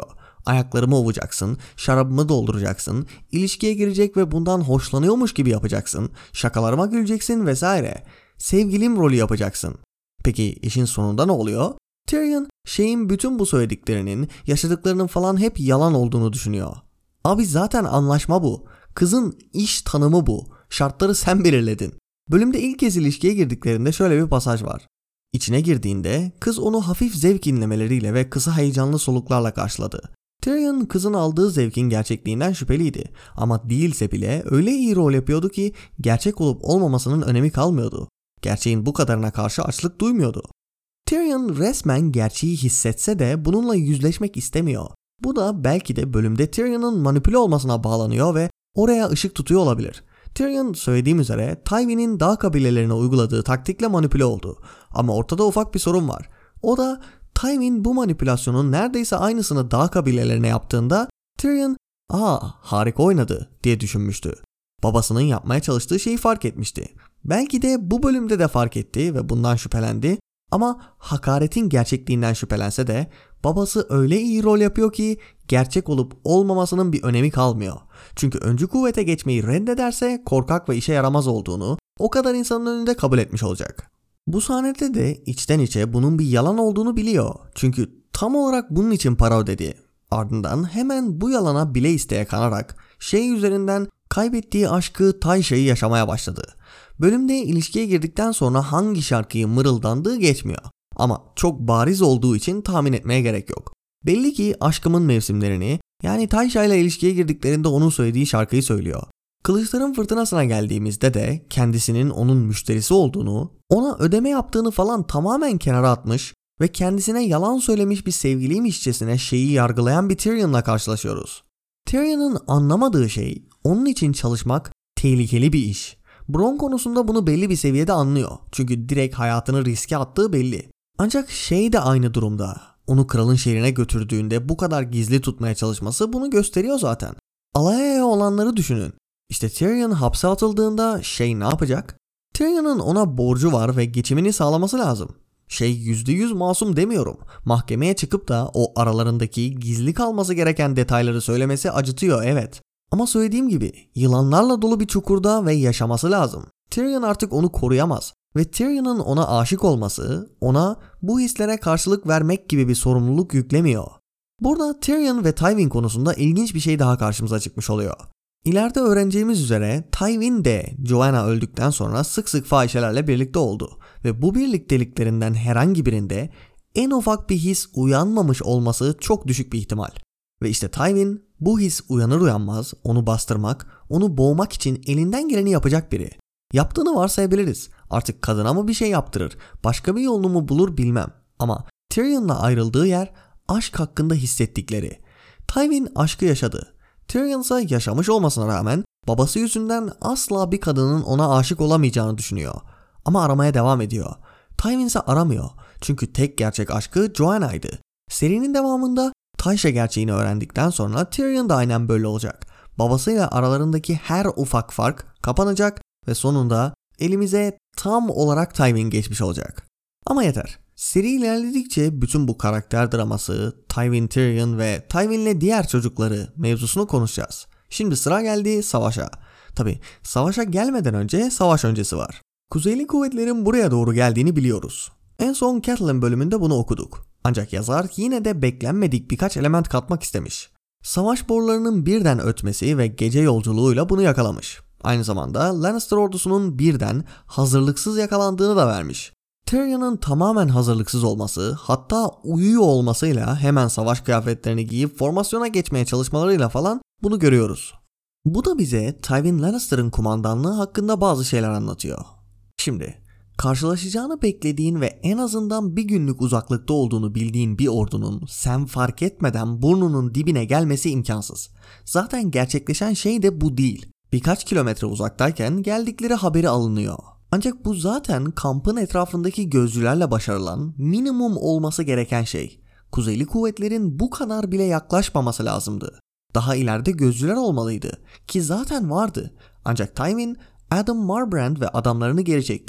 Ayaklarımı ovacaksın, şarabımı dolduracaksın, ilişkiye girecek ve bundan hoşlanıyormuş gibi yapacaksın, şakalarıma güleceksin vesaire. Sevgilim rolü yapacaksın. Peki işin sonunda ne oluyor? Tyrion, şeyin bütün bu söylediklerinin, yaşadıklarının falan hep yalan olduğunu düşünüyor. Abi zaten anlaşma bu. Kızın iş tanımı bu. Şartları sen belirledin. Bölümde ilk kez ilişkiye girdiklerinde şöyle bir pasaj var. İçine girdiğinde kız onu hafif zevk inlemeleriyle ve kısa heyecanlı soluklarla karşıladı. Tyrion kızın aldığı zevkin gerçekliğinden şüpheliydi ama değilse bile öyle iyi rol yapıyordu ki gerçek olup olmamasının önemi kalmıyordu. Gerçeğin bu kadarına karşı açlık duymuyordu. Tyrion resmen gerçeği hissetse de bununla yüzleşmek istemiyor. Bu da belki de bölümde Tyrion'un manipüle olmasına bağlanıyor ve oraya ışık tutuyor olabilir. Tyrion söylediğim üzere Tywin'in dağ kabilelerine uyguladığı taktikle manipüle oldu. Ama ortada ufak bir sorun var. O da Tywin bu manipülasyonun neredeyse aynısını dağ kabilelerine yaptığında Tyrion "Aa, harika oynadı" diye düşünmüştü. Babasının yapmaya çalıştığı şeyi fark etmişti. Belki de bu bölümde de fark etti ve bundan şüphelendi. Ama hakaretin gerçekliğinden şüphelense de babası öyle iyi rol yapıyor ki gerçek olup olmamasının bir önemi kalmıyor. Çünkü öncü kuvvete geçmeyi reddederse korkak ve işe yaramaz olduğunu o kadar insanın önünde kabul etmiş olacak. Bu sahnede de içten içe bunun bir yalan olduğunu biliyor. Çünkü tam olarak bunun için para ödedi. Ardından hemen bu yalana bile isteye kanarak şey üzerinden kaybettiği aşkı Taysha'yı yaşamaya başladı. Bölümde ilişkiye girdikten sonra hangi şarkıyı mırıldandığı geçmiyor. Ama çok bariz olduğu için tahmin etmeye gerek yok. Belli ki aşkımın mevsimlerini, yani Taysha ile ilişkiye girdiklerinde onun söylediği şarkıyı söylüyor. Kılıçların Fırtınası'na geldiğimizde de kendisinin onun müşterisi olduğunu, ona ödeme yaptığını falan tamamen kenara atmış ve kendisine yalan söylemiş bir sevgiliymişçesine şeyi yargılayan bir Tyrion'la karşılaşıyoruz. Tyrion'un anlamadığı şey, onun için çalışmak tehlikeli bir iş. Bronn konusunda bunu belli bir seviyede anlıyor. Çünkü direkt hayatını riske attığı belli. Ancak şey de aynı durumda. Onu kralın şehrine götürdüğünde bu kadar gizli tutmaya çalışması bunu gösteriyor zaten. Alaya'ya olanları düşünün. İşte Tyrion hapse atıldığında şey ne yapacak? Tyrion'un ona borcu var ve geçimini sağlaması lazım. Şey yüzde yüz masum demiyorum. Mahkemeye çıkıp da o aralarındaki gizli kalması gereken detayları söylemesi acıtıyor, evet. Ama söylediğim gibi yılanlarla dolu bir çukurda ve yaşaması lazım. Tyrion artık onu koruyamaz ve Tyrion'un ona aşık olması ona bu hislere karşılık vermek gibi bir sorumluluk yüklemiyor. Burada Tyrion ve Tywin konusunda ilginç bir şey daha karşımıza çıkmış oluyor. İleride öğreneceğimiz üzere Tywin de Joanna öldükten sonra sık sık fahişelerle birlikte oldu ve bu birlikteliklerinden herhangi birinde en ufak bir his uyanmamış olması çok düşük bir ihtimal. Ve işte Tywin bu his uyanır uyanmaz onu bastırmak, onu boğmak için elinden geleni yapacak biri. Yaptığını varsayabiliriz. Artık kadına mı bir şey yaptırır, başka bir yolunu mu bulur bilmem. Ama Tyrion'la ayrıldığı yer aşk hakkında hissettikleri. Tywin aşkı yaşadı. Tyrion ise yaşamış olmasına rağmen babası yüzünden asla bir kadının ona aşık olamayacağını düşünüyor. Ama aramaya devam ediyor. Tywin ise aramıyor. Çünkü tek gerçek aşkı Joanna'ydı. Serinin devamında Taysha gerçeğini öğrendikten sonra Tyrion da aynen böyle olacak. Babasıyla aralarındaki her ufak fark kapanacak ve sonunda elimize tam olarak Tywin geçmiş olacak. Ama yeter. Seri ilerledikçe bütün bu karakter draması, Tywin Tyrion ve Tywin'le diğer çocukları mevzusunu konuşacağız. Şimdi sıra geldi savaşa. Tabi savaşa gelmeden önce savaş öncesi var. Kuzeyli kuvvetlerin buraya doğru geldiğini biliyoruz. En son Catelyn bölümünde bunu okuduk. Ancak yazar yine de beklenmedik birkaç element katmak istemiş. Savaş borularının birden ötmesi ve gece yolculuğuyla bunu yakalamış. Aynı zamanda Lannister ordusunun birden hazırlıksız yakalandığını da vermiş. Tyrion'un tamamen hazırlıksız olması, hatta uyuyor olmasıyla hemen savaş kıyafetlerini giyip formasyona geçmeye çalışmalarıyla falan bunu görüyoruz. Bu da bize Tywin Lannister'ın kumandanlığı hakkında bazı şeyler anlatıyor. Şimdi, karşılaşacağını beklediğin ve en azından bir günlük uzaklıkta olduğunu bildiğin bir ordunun sen fark etmeden burnunun dibine gelmesi imkansız. Zaten gerçekleşen şey de bu değil. Birkaç kilometre uzaktayken geldikleri haberi alınıyor. Ancak bu zaten kampın etrafındaki gözcülerle başarılan minimum olması gereken şey. Kuzeyli kuvvetlerin bu kadar bile yaklaşmaması lazımdı. Daha ileride gözcüler olmalıydı ki zaten vardı. Ancak Tywin, Adam Marbrand ve adamlarını geri çekti.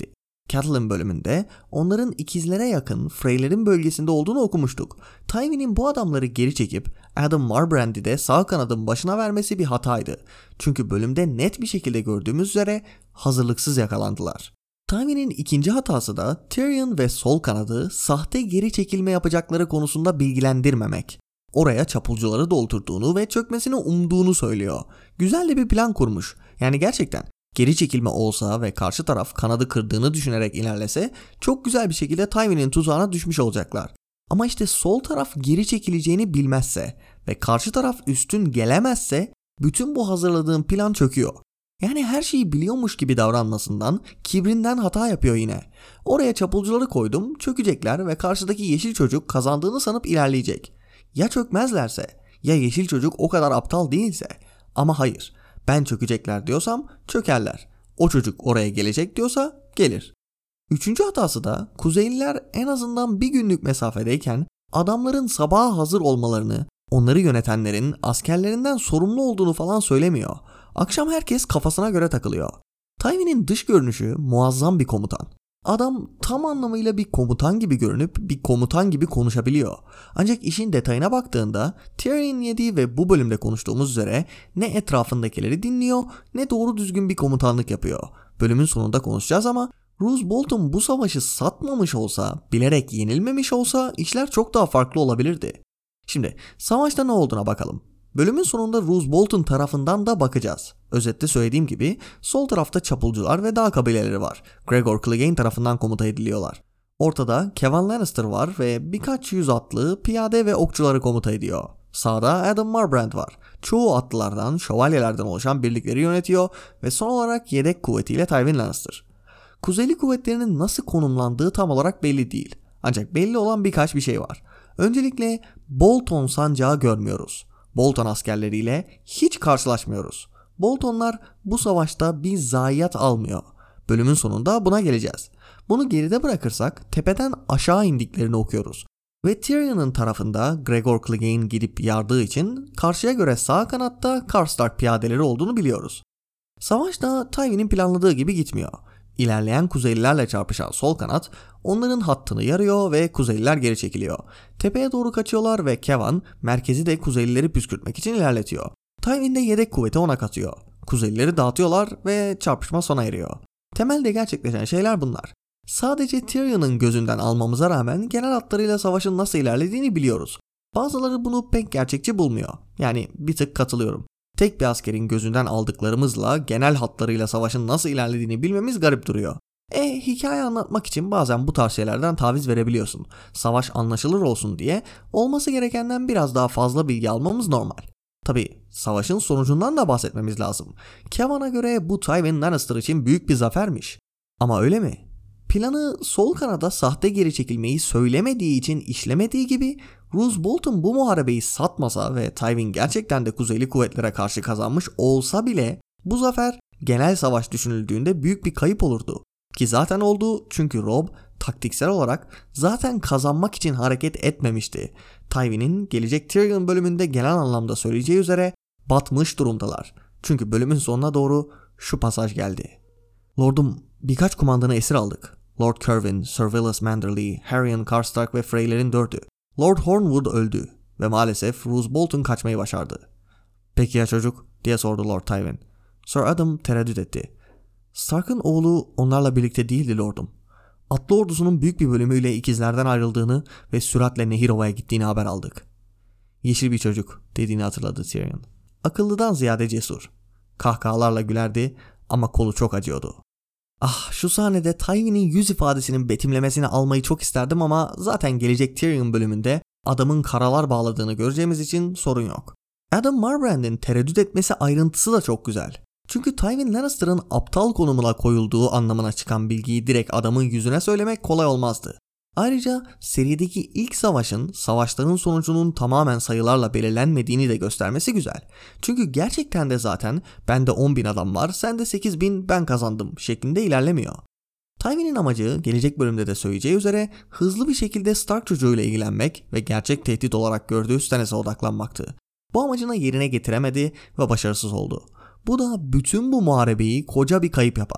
Catelyn bölümünde onların ikizlere yakın Freylerin bölgesinde olduğunu okumuştuk. Tywin'in bu adamları geri çekip Adam Marbrand'i de sağ kanadın başına vermesi bir hataydı. Çünkü bölümde net bir şekilde gördüğümüz üzere hazırlıksız yakalandılar. Tywin'in ikinci hatası da Tyrion ve sol kanadı sahte geri çekilme yapacakları konusunda bilgilendirmemek. Oraya çapulcuları doldurduğunu ve çökmesini umduğunu söylüyor. Güzel de bir plan kurmuş. Yani gerçekten geri çekilme olsa ve karşı taraf kanadı kırdığını düşünerek ilerlese çok güzel bir şekilde Tywin'in tuzağına düşmüş olacaklar. Ama işte sol taraf geri çekileceğini bilmezse ve karşı taraf üstün gelemezse bütün bu hazırladığım plan çöküyor. Yani her şeyi biliyormuş gibi davranmasından, kibrinden hata yapıyor yine. Oraya çapulcuları koydum, çökecekler ve karşıdaki yeşil çocuk kazandığını sanıp ilerleyecek. Ya çökmezlerse, ya yeşil çocuk o kadar aptal değilse, ama hayır, ben çökecekler diyorsam çökerler. O çocuk oraya gelecek diyorsa gelir. Üçüncü hatası da Kuzeyliler en azından bir günlük mesafedeyken adamların sabaha hazır olmalarını, onları yönetenlerin askerlerinden sorumlu olduğunu falan söylemiyor. Akşam herkes kafasına göre takılıyor. Tywin'in dış görünüşü muazzam bir komutan. Adam tam anlamıyla bir komutan gibi görünüp bir komutan gibi konuşabiliyor. Ancak işin detayına baktığında Tyrion yediği ve bu bölümde konuştuğumuz üzere ne etrafındakileri dinliyor ne doğru düzgün bir komutanlık yapıyor. Bölümün sonunda konuşacağız ama Roose Bolton bu savaşı satmamış olsa, bilerek yenilmemiş olsa işler çok daha farklı olabilirdi. Şimdi savaşta ne olduğuna bakalım. Bölümün sonunda Roose Bolton tarafından da bakacağız. Özetle söylediğim gibi sol tarafta çapulcular ve dağ kabileleri var. Gregor Clegane tarafından komuta ediliyorlar. Ortada Kevan Lannister var ve birkaç yüz atlı, piyade ve okçuları komuta ediyor. Sağda Adam Marbrand var. Çoğu atlılardan, şövalyelerden oluşan birlikleri yönetiyor ve son olarak yedek kuvvetiyle Tywin Lannister. Kuzeyli kuvvetlerinin nasıl konumlandığı tam olarak belli değil. Ancak belli olan birkaç bir şey var. Öncelikle Bolton sancağı görmüyoruz. Bolton askerleriyle hiç karşılaşmıyoruz. Boltonlar bu savaşta bir zayiat almıyor. Bölümün sonunda buna geleceğiz. Bunu geride bırakırsak tepeden aşağı indiklerini okuyoruz. Ve Tyrion'un tarafında Gregor Clegane gidip yardığı için karşıya göre sağ kanatta Karstark piyadeleri olduğunu biliyoruz. Savaş da Tywin'in planladığı gibi gitmiyor. İlerleyen Kuzeylilerle çarpışan sol kanat onların hattını yarıyor ve Kuzeyliler geri çekiliyor. Tepeye doğru kaçıyorlar ve Kevan merkezi de Kuzeylileri püskürtmek için ilerletiyor. Tywin de yedek kuvveti ona katıyor. Kuzeylileri dağıtıyorlar ve çarpışma sona eriyor. Temelde gerçekleşen şeyler bunlar. Sadece Tyrion'un gözünden almamıza rağmen genel hatlarıyla savaşın nasıl ilerlediğini biliyoruz. Bazıları bunu pek gerçekçi bulmuyor. Yani bir tık katılıyorum. Tek bir askerin gözünden aldıklarımızla genel hatlarıyla savaşın nasıl ilerlediğini bilmemiz garip duruyor. E hikaye anlatmak için bazen bu tarz şeylerden taviz verebiliyorsun. Savaş anlaşılır olsun diye olması gerekenden biraz daha fazla bilgi almamız normal. Tabi savaşın sonucundan da bahsetmemiz lazım. Kevan'a göre bu Tywin Lannister için büyük bir zafermiş. Ama öyle mi? Planı sol kanada sahte geri çekilmeyi söylemediği için işlemediği gibi Roose Bolton bu muharebeyi satmasa ve Tywin gerçekten de Kuzeyli kuvvetlere karşı kazanmış olsa bile bu zafer genel savaş düşünüldüğünde büyük bir kayıp olurdu. Ki zaten oldu çünkü Robb taktiksel olarak zaten kazanmak için hareket etmemişti. Tywin'in gelecek Tyrion bölümünde genel anlamda söyleyeceği üzere batmış durumdalar. Çünkü bölümün sonuna doğru şu pasaj geldi. Lordum, birkaç kumandanı esir aldık. Lord Kerwin, Sir Willis Manderly, Harrion Karstark ve Freylerin dördü. Lord Hornwood öldü ve maalesef Roose Bolton kaçmayı başardı. Peki ya çocuk? Diye sordu Lord Tywin. Sir Adam tereddüt etti. Stark'ın oğlu onlarla birlikte değildi lordum. Atlı ordusunun büyük bir bölümüyle ikizlerden ayrıldığını ve süratle Nehirova'ya gittiğini haber aldık. Yeşil bir çocuk dediğini hatırladı Tyrion. Akıllıdan ziyade cesur. Kahkahalarla gülerdi ama kolu çok acıyordu. Ah, şu sahnede Tywin'in yüz ifadesinin betimlemesini almayı çok isterdim ama zaten gelecek Tyrion bölümünde adamın karalar bağladığını göreceğimiz için sorun yok. Adam Marbrand'in tereddüt etmesi ayrıntısı da çok güzel. Çünkü Tywin Lannister'ın aptal konumuna koyulduğu anlamına çıkan bilgiyi direkt adamın yüzüne söylemek kolay olmazdı. Ayrıca serideki ilk savaşın savaşların sonucunun tamamen sayılarla belirlenmediğini de göstermesi güzel. Çünkü gerçekten de zaten bende on bin adam var, sende sekiz bin, ben kazandım şeklinde ilerlemiyor. Tywin'in amacı gelecek bölümde de söyleyeceği üzere hızlı bir şekilde Stark çocuğuyla ilgilenmek ve gerçek tehdit olarak gördüğü Stannis'e odaklanmaktı. Bu amacını yerine getiremedi ve başarısız oldu. Bu da bütün bu muharebeyi koca bir kayıp yapar.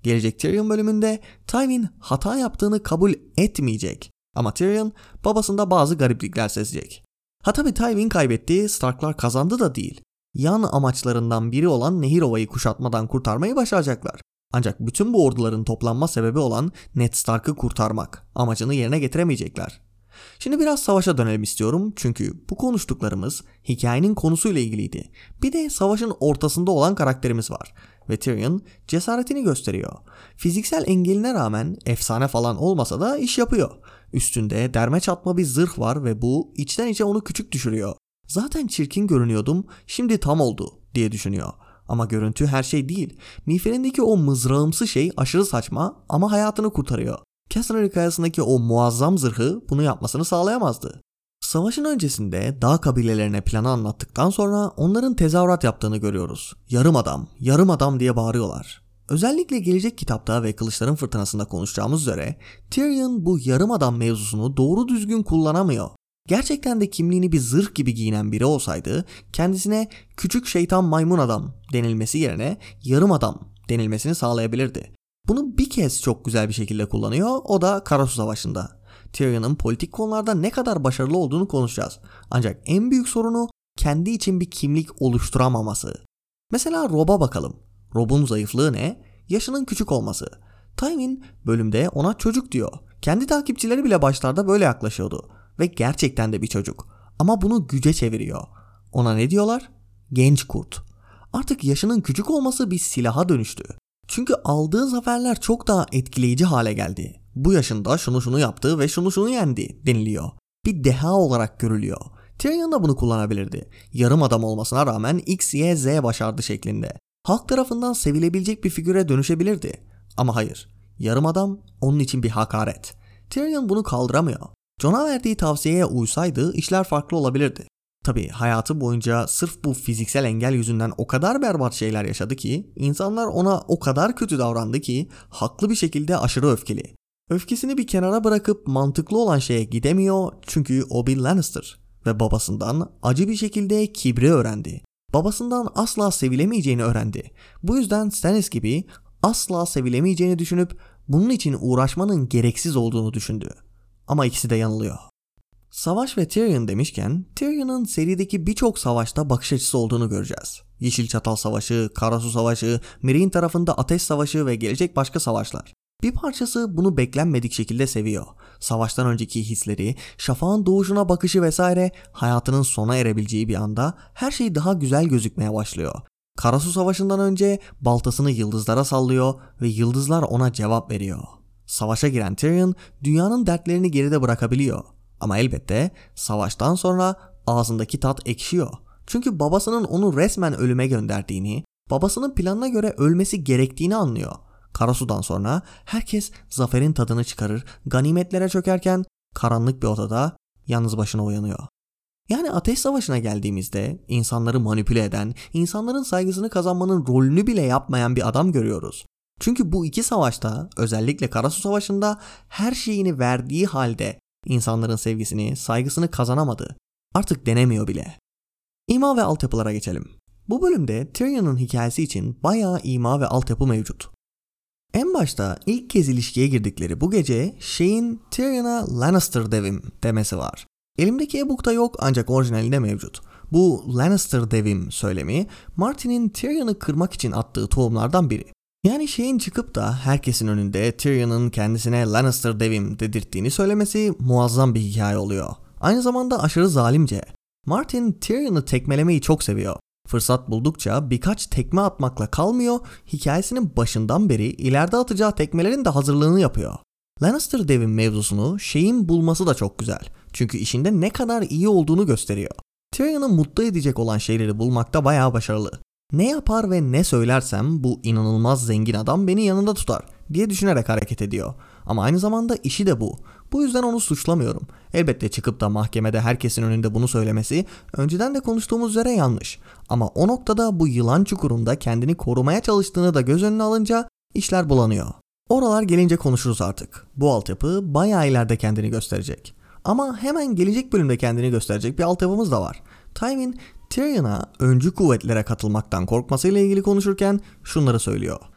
Gelecek Tyrion bölümünde Tywin hata yaptığını kabul etmeyecek. Ama Tyrion babasında bazı gariplikler sezecek. Ha tabi Tywin kaybetti, Starklar kazandı da değil. Yan amaçlarından biri olan Nehirova'yı kuşatmadan kurtarmayı başaracaklar. Ancak bütün bu orduların toplanma sebebi olan Ned Stark'ı kurtarmak amacını yerine getiremeyecekler. Şimdi biraz savaşa dönelim istiyorum çünkü bu konuştuklarımız hikayenin konusuyla ilgiliydi. Bir de savaşın ortasında olan karakterimiz var ve Tyrion cesaretini gösteriyor. Fiziksel engeline rağmen efsane falan olmasa da iş yapıyor. Üstünde derme çatma bir zırh var ve bu içten içe onu küçük düşürüyor. Zaten çirkin görünüyordum, şimdi tam oldu diye düşünüyor. Ama görüntü her şey değil. Miğferindeki o mızrağımsı şey aşırı saçma ama hayatını kurtarıyor. Caster'ın hikayesindeki o muazzam zırhı bunu yapmasını sağlayamazdı. Savaşın öncesinde dağ kabilelerine planı anlattıktan sonra onların tezahürat yaptığını görüyoruz. Yarım adam, yarım adam diye bağırıyorlar. Özellikle gelecek kitapta ve Kılıçların Fırtınası'nda konuşacağımız üzere Tyrion bu yarım adam mevzusunu doğru düzgün kullanamıyor. Gerçekten de kimliğini bir zırh gibi giyinen biri olsaydı kendisine küçük şeytan maymun adam denilmesi yerine yarım adam denilmesini sağlayabilirdi. Bunu bir kez çok güzel bir şekilde kullanıyor, o da Karasu Savaşı'nda. Tyrion'un politik konularda ne kadar başarılı olduğunu konuşacağız. Ancak en büyük sorunu kendi için bir kimlik oluşturamaması. Mesela Robb'a bakalım. Robb'un zayıflığı ne? Yaşının küçük olması. Tywin bölümde ona çocuk diyor. Kendi takipçileri bile başlarda böyle yaklaşıyordu. Ve gerçekten de bir çocuk. Ama bunu güce çeviriyor. Ona ne diyorlar? Genç kurt. Artık yaşının küçük olması bir silaha dönüştü. Çünkü aldığı zaferler çok daha etkileyici hale geldi. Bu yaşında şunu şunu yaptı ve şunu şunu yendi deniliyor. Bir deha olarak görülüyor. Tyrion da bunu kullanabilirdi. Yarım adam olmasına rağmen X, Y, Z başardı şeklinde. Halk tarafından sevilebilecek bir figüre dönüşebilirdi. Ama hayır. Yarım adam onun için bir hakaret. Tyrion bunu kaldıramıyor. Jon'a verdiği tavsiyeye uysaydı işler farklı olabilirdi. Tabii hayatı boyunca sırf bu fiziksel engel yüzünden o kadar berbat şeyler yaşadı ki insanlar ona o kadar kötü davrandı ki haklı bir şekilde aşırı öfkeli. Öfkesini bir kenara bırakıp mantıklı olan şeye gidemiyor çünkü o bir Lannister ve babasından acı bir şekilde kibri öğrendi. Babasından asla sevilemeyeceğini öğrendi. Bu yüzden Stannis gibi asla sevilemeyeceğini düşünüp bunun için uğraşmanın gereksiz olduğunu düşündü. Ama ikisi de yanılıyor. Savaş ve Tyrion demişken Tyrion'un serideki birçok savaşta bakış açısı olduğunu göreceğiz. Yeşil Çatal Savaşı, Karasu Savaşı, Meereen tarafında Ateş Savaşı ve gelecek başka savaşlar. Bir parçası bunu beklenmedik şekilde seviyor. Savaştan önceki hisleri, şafağın doğuşuna bakışı vesaire hayatının sona erebileceği bir anda her şey daha güzel gözükmeye başlıyor. Karasu Savaşı'ndan önce baltasını yıldızlara sallıyor ve yıldızlar ona cevap veriyor. Savaşa giren Tyrion dünyanın dertlerini geride bırakabiliyor. Ama elbette savaştan sonra ağzındaki tat ekşiyor. Çünkü babasının onu resmen ölüme gönderdiğini, babasının planına göre ölmesi gerektiğini anlıyor. Karasu'dan sonra herkes zaferin tadını çıkarır, ganimetlere çökerken karanlık bir odada yalnız başına uyanıyor. Yani Ateş Savaşı'na geldiğimizde insanları manipüle eden, insanların saygısını kazanmanın rolünü bile yapmayan bir adam görüyoruz. Çünkü bu iki savaşta, özellikle Karasu Savaşı'nda her şeyini verdiği halde insanların sevgisini, saygısını kazanamadı. Artık denemiyor bile. İma ve altyapılara geçelim. Bu bölümde Tyrion'un hikayesi için bayağı ima ve altyapı mevcut. En başta ilk kez ilişkiye girdikleri bu gece Shay'in Tyrion'a Lannister devim demesi var. Elimdeki e-book'ta yok ancak orijinalinde mevcut. Bu Lannister devim söylemi Martin'in Tyrion'u kırmak için attığı tohumlardan biri. Yani Shay'in çıkıp da herkesin önünde Tyrion'un kendisine Lannister devim dedirttiğini söylemesi muazzam bir hikaye oluyor. Aynı zamanda aşırı zalimce. Martin Tyrion'u tekmelemeyi çok seviyor. Fırsat buldukça birkaç tekme atmakla kalmıyor, hikayesinin başından beri ileride atacağı tekmelerin de hazırlığını yapıyor. Lannister devim mevzusunu Shay'in bulması da çok güzel. Çünkü işinde ne kadar iyi olduğunu gösteriyor. Tyrion'u mutlu edecek olan şeyleri bulmakta bayağı başarılı. Ne yapar ve ne söylersem bu inanılmaz zengin adam beni yanında tutar diye düşünerek hareket ediyor. Ama aynı zamanda işi de bu. Bu yüzden onu suçlamıyorum. Elbette çıkıp da mahkemede herkesin önünde bunu söylemesi önceden de konuştuğumuz üzere yanlış. Ama o noktada bu yılan çukurunda kendini korumaya çalıştığını da göz önüne alınca işler bulanıyor. Oralar gelince konuşuruz artık. Bu altyapı bayağı ileride kendini gösterecek. Ama hemen gelecek bölümde kendini gösterecek bir altyapımız da var. Tywin Tyrion'a öncü kuvvetlere katılmaktan korkmasıyla ilgili konuşurken şunları söylüyor.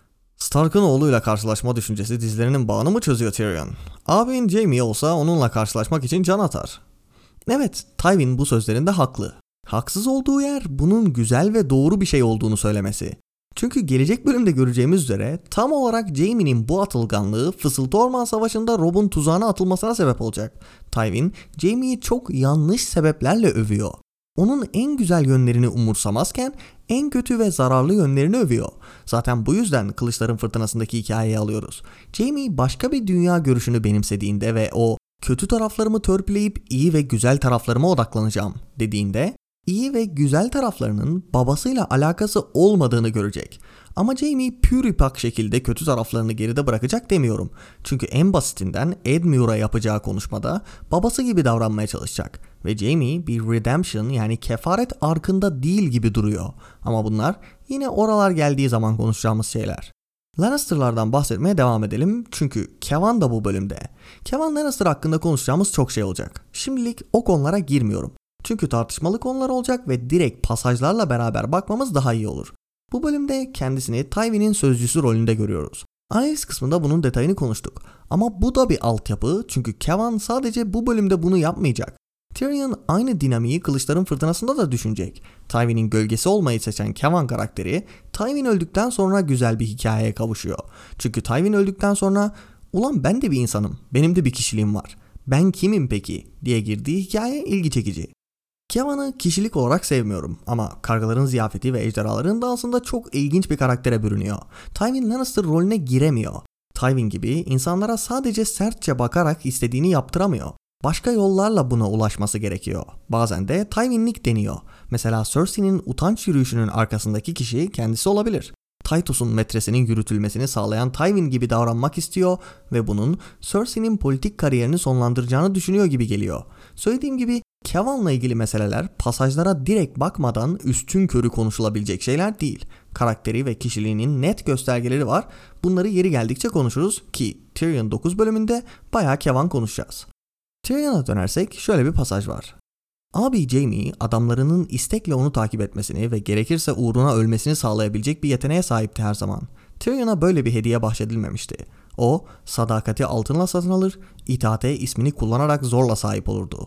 Stark'ın oğluyla karşılaşma düşüncesi dizlerinin bağını mı çözüyor Tyrion? Ağabeyin Jaime olsa onunla karşılaşmak için can atar. Evet, Tywin bu sözlerinde haklı. Haksız olduğu yer bunun güzel ve doğru bir şey olduğunu söylemesi. Çünkü gelecek bölümde göreceğimiz üzere tam olarak Jaime'nin bu atılganlığı Fısıltı Orman Savaşı'nda Robb'un tuzağına atılmasına sebep olacak. Tywin, Jaime'yi çok yanlış sebeplerle övüyor. Onun en güzel yönlerini umursamazken en kötü ve zararlı yönlerini övüyor. Zaten bu yüzden Kılıçların Fırtınası'ndaki hikayeyi alıyoruz. Jaime başka bir dünya görüşünü benimsediğinde ve o kötü taraflarımı törpüleyip iyi ve güzel taraflarıma odaklanacağım dediğinde iyi ve güzel taraflarının babasıyla alakası olmadığını görecek. Ama Jaime pür-i-pak şekilde kötü taraflarını geride bırakacak demiyorum. Çünkü en basitinden Edmure'a yapacağı konuşmada babası gibi davranmaya çalışacak. Ve Jaime bir redemption yani kefaret arkında değil gibi duruyor. Ama bunlar yine oralar geldiği zaman konuşacağımız şeyler. Lannister'lardan bahsetmeye devam edelim çünkü Kevan da bu bölümde. Kevan Lannister hakkında konuşacağımız çok şey olacak. Şimdilik o konulara girmiyorum. Çünkü tartışmalı konular olacak ve direkt pasajlarla beraber bakmamız daha iyi olur. Bu bölümde kendisini Tywin'in sözcüsü rolünde görüyoruz. Analiz kısmında bunun detayını konuştuk. Ama bu da bir altyapı çünkü Kevan sadece bu bölümde bunu yapmayacak. Tyrion aynı dinamiği Kılıçların Fırtınası'nda da düşünecek. Tywin'in gölgesi olmayı seçen Kevan karakteri Tywin öldükten sonra güzel bir hikayeye kavuşuyor. Çünkü Tywin öldükten sonra "Ulan ben de bir insanım, benim de bir kişiliğim var. Ben kimim peki?" diye girdiği hikaye ilgi çekici. Kevan'ı kişilik olarak sevmiyorum ama Kargaların Ziyafeti ve Ejderhaların Dansı'nda çok ilginç bir karaktere bürünüyor. Tywin Lannister rolüne giremiyor. Tywin gibi insanlara sadece sertçe bakarak istediğini yaptıramıyor. Başka yollarla buna ulaşması gerekiyor. Bazen de Tywin'lik deniyor. Mesela Cersei'nin utanç yürüyüşünün arkasındaki kişi kendisi olabilir. Tytus'un metresinin yürütülmesini sağlayan Tywin gibi davranmak istiyor ve bunun Cersei'nin politik kariyerini sonlandıracağını düşünüyor gibi geliyor. Söylediğim gibi Kevan'la ilgili meseleler pasajlara direkt bakmadan üstünkörü konuşulabilecek şeyler değil. Karakteri ve kişiliğinin net göstergeleri var. Bunları yeri geldikçe konuşuruz ki Tyrion dokuz bölümünde bayağı Kevan konuşacağız. Tyrion'a dönersek şöyle bir pasaj var. Abi Jaime adamlarının istekle onu takip etmesini ve gerekirse uğruna ölmesini sağlayabilecek bir yeteneğe sahipti her zaman. Tyrion'a böyle bir hediye bahşedilmemişti. O sadakati altınla satın alır, itaate ismini kullanarak zorla sahip olurdu.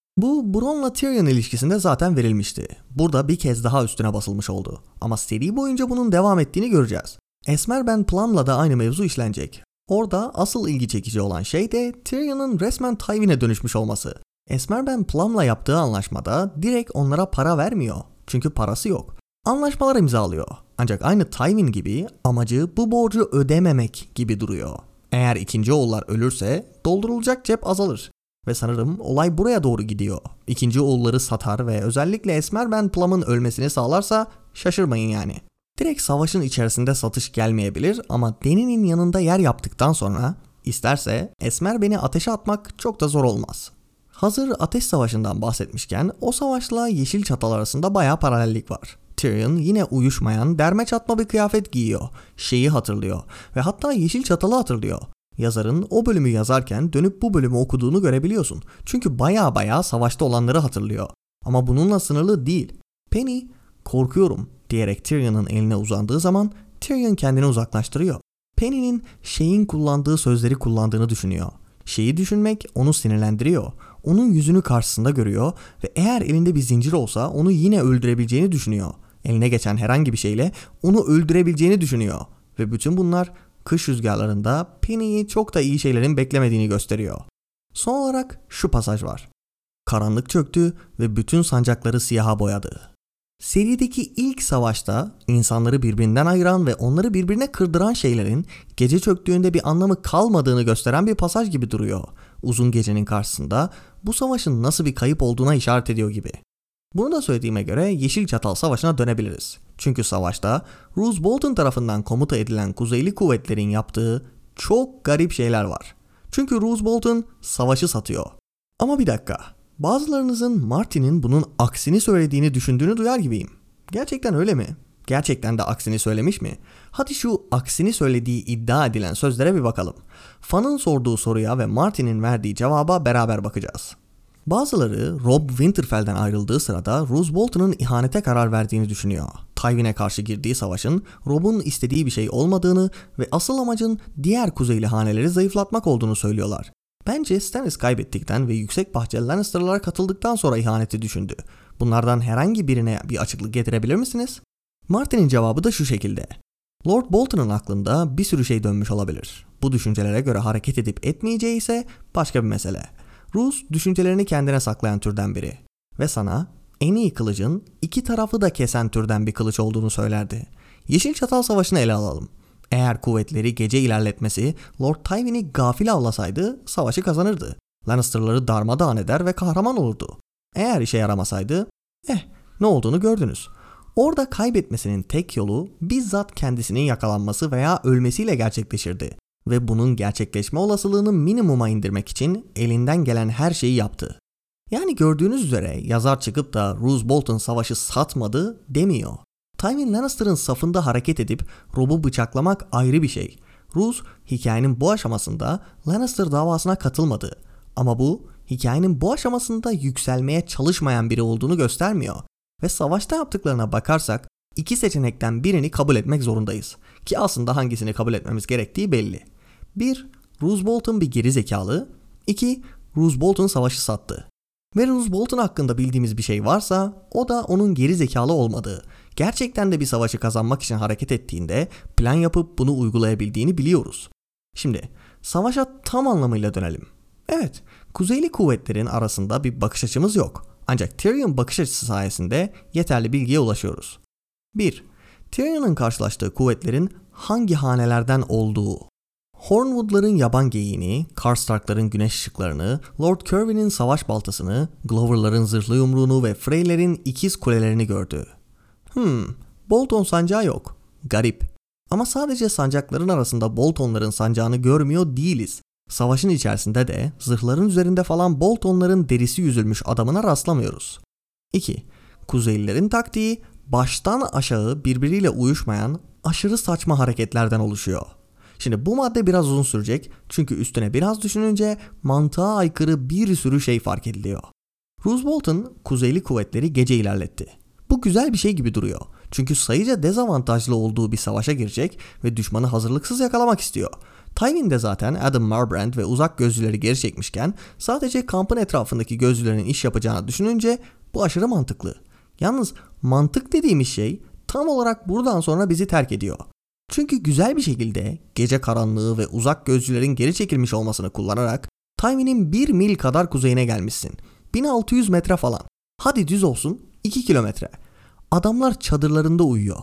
Bu Bronn'la Tyrion ilişkisinde zaten verilmişti. Burada bir kez daha üstüne basılmış oldu. Ama seri boyunca bunun devam ettiğini göreceğiz. Esmer Ben Plum'la da aynı mevzu işlenecek. Orada asıl ilgi çekici olan şey de Tyrion'un resmen Tywin'e dönüşmüş olması. Esmer Ben Plum'la yaptığı anlaşmada direkt onlara para vermiyor. Çünkü parası yok. Anlaşmalar imzalıyor. Ancak aynı Tywin gibi amacı bu borcu ödememek gibi duruyor. Eğer ikinci oğullar ölürse doldurulacak cep azalır. Ve sanırım olay buraya doğru gidiyor. İkinci oğulları satar ve özellikle Esmer Ben Plum'un ölmesini sağlarsa şaşırmayın yani. Direkt savaşın içerisinde satış gelmeyebilir ama Dany'nin yanında yer yaptıktan sonra isterse Esmer Ben'i ateşe atmak çok da zor olmaz. Hazır Ateş Savaşı'ndan bahsetmişken o savaşla Yeşil Çatal arasında bayağı paralellik var. Tyrion yine uyuşmayan derme çatma bir kıyafet giyiyor. Şeyi hatırlıyor ve hatta Yeşil Çatal'ı hatırlıyor. Yazarın o bölümü yazarken dönüp bu bölümü okuduğunu görebiliyorsun. Çünkü baya baya savaşta olanları hatırlıyor. Ama bununla sınırlı değil. Penny, korkuyorum diyerek Tyrion'un eline uzandığı zaman Tyrion kendini uzaklaştırıyor. Penny'nin şeyin kullandığı sözleri kullandığını düşünüyor. Şeyi düşünmek onu sinirlendiriyor. Onun yüzünü karşısında görüyor ve eğer elinde bir zincir olsa onu yine öldürebileceğini düşünüyor. Eline geçen herhangi bir şeyle onu öldürebileceğini düşünüyor. Ve bütün bunlar kış rüzgarlarında Penny'yi çok da iyi şeylerin beklemediğini gösteriyor. Son olarak şu pasaj var. Karanlık çöktü ve bütün sancakları siyaha boyadı. Serideki ilk savaşta insanları birbirinden ayıran ve onları birbirine kırdıran şeylerin gece çöktüğünde bir anlamı kalmadığını gösteren bir pasaj gibi duruyor. Uzun gecenin karşısında bu savaşın nasıl bir kayıp olduğuna işaret ediyor gibi. Bunu da söylediğime göre Yeşil Çatal Savaşı'na dönebiliriz. Çünkü savaşta Roose Bolton tarafından komuta edilen Kuzeyli kuvvetlerin yaptığı çok garip şeyler var. Çünkü Roose Bolton savaşı satıyor. Ama bir dakika. Bazılarınızın Martin'in bunun aksini söylediğini düşündüğünü duyar gibiyim. Gerçekten öyle mi? Gerçekten de aksini söylemiş mi? Hadi şu aksini söylediği iddia edilen sözlere bir bakalım. Fan'ın sorduğu soruya ve Martin'in verdiği cevaba beraber bakacağız. Bazıları Robb Winterfell'den ayrıldığı sırada Roose Bolton'un ihanete karar verdiğini düşünüyor. Tywin'e karşı girdiği savaşın Robb'un istediği bir şey olmadığını ve asıl amacın diğer kuzeyli haneleri zayıflatmak olduğunu söylüyorlar. Bence Stannis kaybettikten ve yüksek bahçeli Lannister'lara katıldıktan sonra ihaneti düşündü. Bunlardan herhangi birine bir açıklık getirebilir misiniz? Martin'in cevabı da şu şekilde. Lord Bolton'un aklında bir sürü şey dönmüş olabilir. Bu düşüncelere göre hareket edip etmeyeceği ise başka bir mesele. Roose düşüncelerini kendine saklayan türden biri ve sana en iyi kılıcın iki tarafı da kesen türden bir kılıç olduğunu söylerdi. Yeşil Çatal Savaşı'nı ele alalım. Eğer kuvvetleri gece ilerletmesi Lord Tywin'i gafil avlasaydı savaşı kazanırdı. Lannister'ları darmadağın eder ve kahraman olurdu. Eğer işe yaramasaydı, eh ne olduğunu gördünüz. Orada kaybetmesinin tek yolu bizzat kendisinin yakalanması veya ölmesiyle gerçekleşirdi. Ve bunun gerçekleşme olasılığını minimuma indirmek için elinden gelen her şeyi yaptı. Yani gördüğünüz üzere yazar çıkıp da Roose Bolton savaşı satmadı demiyor. Tywin Lannister'ın safında hareket edip Robb'u bıçaklamak ayrı bir şey. Roose hikayenin bu aşamasında Lannister davasına katılmadı. Ama bu hikayenin bu aşamasında yükselmeye çalışmayan biri olduğunu göstermiyor. Ve savaşta yaptıklarına bakarsak iki seçenekten birini kabul etmek zorundayız. Ki aslında hangisini kabul etmemiz gerektiği belli. bir. Roose Bolton bir gerizekalı. iki. Roose Bolton savaşı sattı. Ve Roose Bolton hakkında bildiğimiz bir şey varsa o da onun gerizekalı olmadığı. Gerçekten de bir savaşı kazanmak için hareket ettiğinde plan yapıp bunu uygulayabildiğini biliyoruz. Şimdi savaşa tam anlamıyla dönelim. Evet, kuzeyli kuvvetlerin arasında bir bakış açımız yok. Ancak Tyrion bakış açısı sayesinde yeterli bilgiye ulaşıyoruz. bir. Tyrion'un karşılaştığı kuvvetlerin hangi hanelerden olduğu. Hornwood'ların yaban geyiğini, Karstark'ların güneş ışıklarını, Lord Cerwyn'in savaş baltasını, Glover'ların zırhlı yumruğunu ve Frey'lerin ikiz kulelerini gördü. Hmm, Bolton sancağı yok. Garip. Ama sadece sancakların arasında Bolton'ların sancağını görmüyor değiliz. Savaşın içerisinde de zırhların üzerinde falan Bolton'ların derisi yüzülmüş adamına rastlamıyoruz. iki. Kuzeylilerin taktiği baştan aşağı birbiriyle uyuşmayan aşırı saçma hareketlerden oluşuyor. Şimdi bu madde biraz uzun sürecek çünkü üstüne biraz düşününce mantığa aykırı bir sürü şey fark ediliyor. Roose Bolton kuzeyli kuvvetleri gece ilerletti. Bu güzel bir şey gibi duruyor. Çünkü sayıca dezavantajlı olduğu bir savaşa girecek ve düşmanı hazırlıksız yakalamak istiyor. Tywin de zaten Adam Marbrand ve uzak gözcüleri geri çekmişken sadece kampın etrafındaki gözcülerin iş yapacağını düşününce bu aşırı mantıklı. Yalnız mantık dediğimiz şey tam olarak buradan sonra bizi terk ediyor. Çünkü güzel bir şekilde gece karanlığı ve uzak gözcülerin geri çekilmiş olmasını kullanarak Tywin'in bir mil kadar kuzeyine gelmişsin. bin altı yüz metre falan. Hadi düz olsun iki kilometre. Adamlar çadırlarında uyuyor.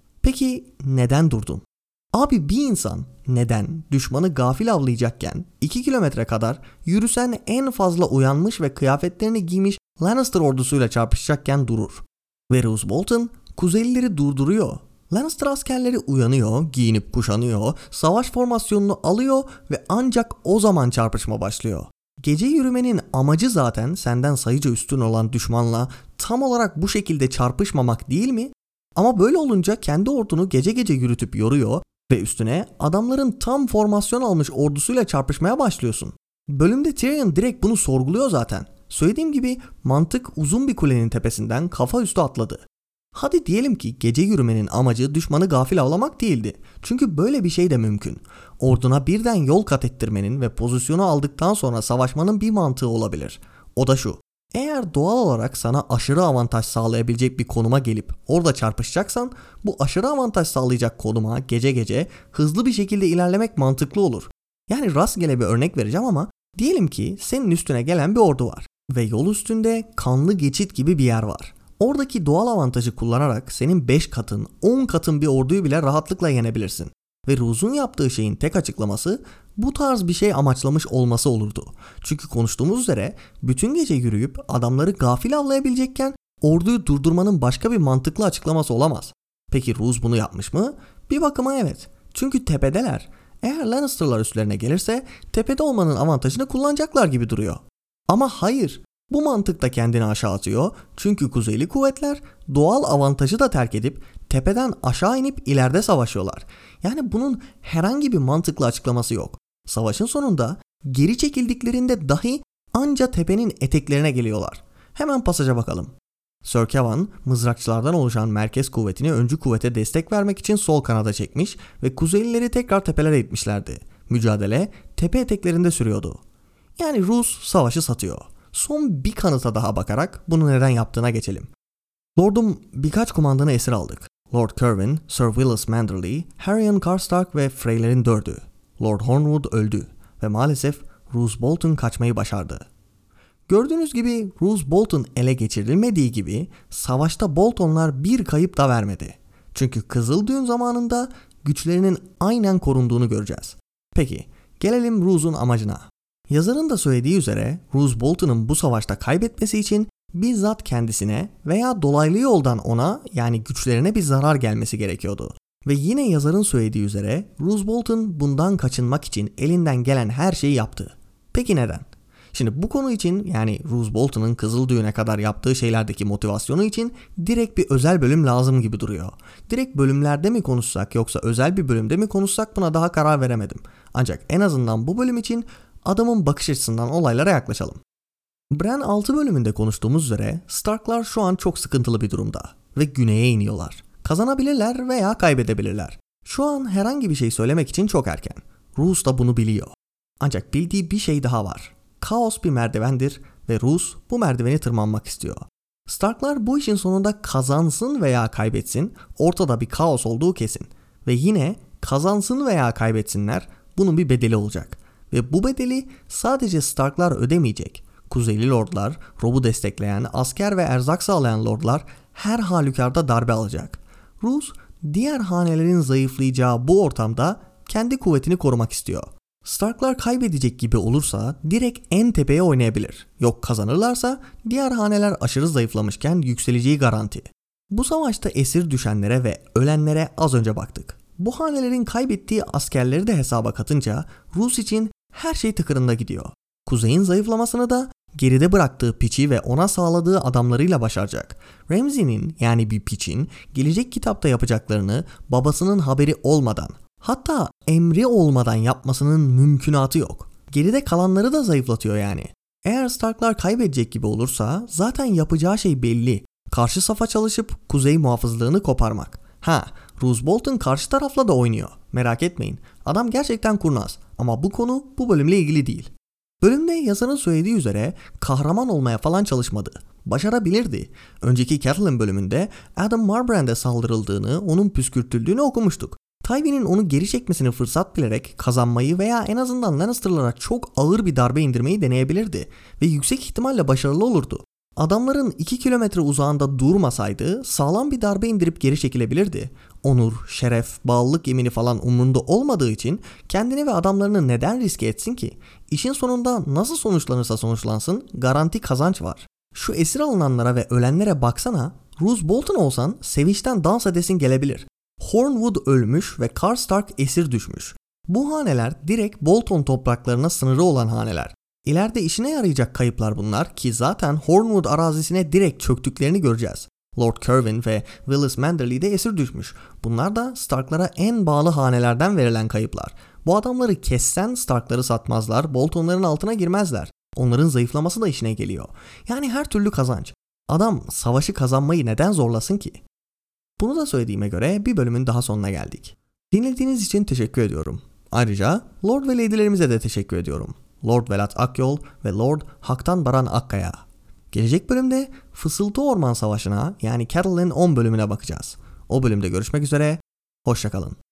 Peki neden durdun? Abi bir insan neden düşmanı gafil avlayacakken iki kilometre kadar yürüsen en fazla uyanmış ve kıyafetlerini giymiş Lannister ordusuyla çarpışacakken durur? Ve Roose Bolton Kuzeylileri durduruyor. Lannister askerleri uyanıyor, giyinip kuşanıyor, savaş formasyonunu alıyor ve ancak o zaman çarpışma başlıyor. Gece yürümenin amacı zaten senden sayıca üstün olan düşmanla tam olarak bu şekilde çarpışmamak değil mi? Ama böyle olunca kendi ordunu gece gece yürütüp yoruyor ve üstüne adamların tam formasyon almış ordusuyla çarpışmaya başlıyorsun. Bölümde Tyrion direkt bunu sorguluyor zaten. Söylediğim gibi mantık uzun bir kulenin tepesinden kafa üstü atladı. Hadi diyelim ki gece yürümenin amacı düşmanı gafil avlamak değildi. Çünkü böyle bir şey de mümkün. Orduna birden yol kat ettirmenin ve pozisyonu aldıktan sonra savaşmanın bir mantığı olabilir. O da şu. Eğer doğal olarak sana aşırı avantaj sağlayabilecek bir konuma gelip orada çarpışacaksan bu aşırı avantaj sağlayacak konuma gece gece hızlı bir şekilde ilerlemek mantıklı olur. Yani rastgele bir örnek vereceğim ama diyelim ki senin üstüne gelen bir ordu var ve yol üstünde kanlı geçit gibi bir yer var. Oradaki doğal avantajı kullanarak senin beş katın, on katın bir orduyu bile rahatlıkla yenebilirsin. Ve Roose'un yaptığı şeyin tek açıklaması bu tarz bir şey amaçlamış olması olurdu. Çünkü konuştuğumuz üzere bütün gece yürüyüp adamları gafil avlayabilecekken orduyu durdurmanın başka bir mantıklı açıklaması olamaz. Peki Roose bunu yapmış mı? Bir bakıma evet. Çünkü tepedeler. Eğer Lannister'lar üstlerine gelirse tepede olmanın avantajını kullanacaklar gibi duruyor. Ama hayır. Bu mantık da kendini aşağı atıyor. Çünkü kuzeyli kuvvetler doğal avantajı da terk edip tepeden aşağı inip ileride savaşıyorlar. Yani bunun herhangi bir mantıklı açıklaması yok. Savaşın sonunda geri çekildiklerinde dahi anca tepenin eteklerine geliyorlar. Hemen pasaja bakalım. Sir Kevan, mızrakçılardan oluşan merkez kuvvetini öncü kuvvete destek vermek için sol kanada çekmiş ve Kuzeylileri tekrar tepelere itmişlerdi. Mücadele tepe eteklerinde sürüyordu. Yani Rus savaşı satıyor. Son bir kanıta daha bakarak bunu neden yaptığına geçelim. Lord'um birkaç kumandanı esir aldık. Lord Kerwin, Sir Willis Manderley, Harrion Karstark ve Freyler'in dördü. Lord Hornwood öldü ve maalesef Roose Bolton kaçmayı başardı. Gördüğünüz gibi Roose Bolton ele geçirilmediği gibi savaşta Boltonlar bir kayıp da vermedi. Çünkü Kızıldüğün zamanında güçlerinin aynen korunduğunu göreceğiz. Peki gelelim Roose'un amacına. Yazarın da söylediği üzere Roose Bolton'un bu savaşta kaybetmesi için bizzat kendisine veya dolaylı yoldan ona yani güçlerine bir zarar gelmesi gerekiyordu. Ve yine yazarın söylediği üzere Roose Bolton bundan kaçınmak için elinden gelen her şeyi yaptı. Peki neden? Şimdi bu konu için yani Roose Bolton'un Kızıldüğüne kadar yaptığı şeylerdeki motivasyonu için direkt bir özel bölüm lazım gibi duruyor. Direkt bölümlerde mi konuşsak yoksa özel bir bölümde mi konuşsak buna daha karar veremedim. Ancak en azından bu bölüm için adamın bakış açısından olaylara yaklaşalım. Bran altı bölümünde konuştuğumuz üzere Starklar şu an çok sıkıntılı bir durumda ve güneye iniyorlar. Kazanabilirler veya kaybedebilirler. Şu an herhangi bir şey söylemek için çok erken. Roose da bunu biliyor. Ancak bildiği bir şey daha var. Kaos bir merdivendir ve Roose bu merdiveni tırmanmak istiyor. Starklar bu işin sonunda kazansın veya kaybetsin, ortada bir kaos olduğu kesin. Ve yine kazansın veya kaybetsinler, bunun bir bedeli olacak. Ve bu bedeli sadece Starklar ödemeyecek. Kuzeyli lordlar, Robb'u destekleyen, asker ve erzak sağlayan lordlar her halükarda darbe alacak. Roose, diğer hanelerin zayıflayacağı bu ortamda kendi kuvvetini korumak istiyor. Starklar kaybedecek gibi olursa direkt en tepeye oynayabilir. Yok kazanırlarsa diğer haneler aşırı zayıflamışken yükseleceği garanti. Bu savaşta esir düşenlere ve ölenlere az önce baktık. Bu hanelerin kaybettiği askerleri de hesaba katınca Roose için her şey tıkırında gidiyor. Kuzey'in zayıflamasını da geride bıraktığı piçi ve ona sağladığı adamlarıyla başaracak. Ramsay'nin yani bir piçin gelecek kitapta yapacaklarını babasının haberi olmadan, hatta emri olmadan yapmasının mümkünatı yok. Geride kalanları da zayıflatıyor yani. Eğer Starklar kaybedecek gibi olursa zaten yapacağı şey belli. Karşı safa çalışıp kuzey muhafızlığını koparmak. Ha, Roose Bolton karşı tarafla da oynuyor. Merak etmeyin. Adam gerçekten kurnaz. Ama bu konu bu bölümle ilgili değil. Bölümde yazarın söylediği üzere kahraman olmaya falan çalışmadı. Başarabilirdi. Önceki Catelyn bölümünde Adam Marbrand'e saldırıldığını, onun püskürtüldüğünü okumuştuk. Tywin'in onu geri çekmesini fırsat bilerek kazanmayı veya en azından Lannister'lara çok ağır bir darbe indirmeyi deneyebilirdi ve yüksek ihtimalle başarılı olurdu. Adamların iki kilometre uzağında durmasaydı sağlam bir darbe indirip geri çekilebilirdi. Onur, şeref, bağlılık yemini falan umrunda olmadığı için kendini ve adamlarını neden riske etsin ki? İşin sonunda nasıl sonuçlanırsa sonuçlansın garanti kazanç var. Şu esir alınanlara ve ölenlere baksana, Roose Bolton olsan sevinçten dans edesin gelebilir. Hornwood ölmüş ve Karstark esir düşmüş. Bu haneler direkt Bolton topraklarına sınırı olan haneler. İleride işine yarayacak kayıplar bunlar ki zaten Hornwood arazisine direkt çöktüklerini göreceğiz. Lord Kerwin ve Willis Manderley de esir düşmüş. Bunlar da Starklara en bağlı hanelerden verilen kayıplar. Bu adamları kessen Starkları satmazlar, Boltonların altına girmezler. Onların zayıflaması da işine geliyor. Yani her türlü kazanç. Adam savaşı kazanmayı neden zorlasın ki? Bunu da söylediğime göre bir bölümün daha sonuna geldik. Dinlediğiniz için teşekkür ediyorum. Ayrıca Lord ve Lady'lerimize de teşekkür ediyorum. Lord Velat Akyol ve Lord Haktan Baran Akkaya. Gelecek bölümde Fısıltı Orman Savaşı'na yani Catelyn on bölümüne bakacağız. O bölümde görüşmek üzere, hoşça kalın.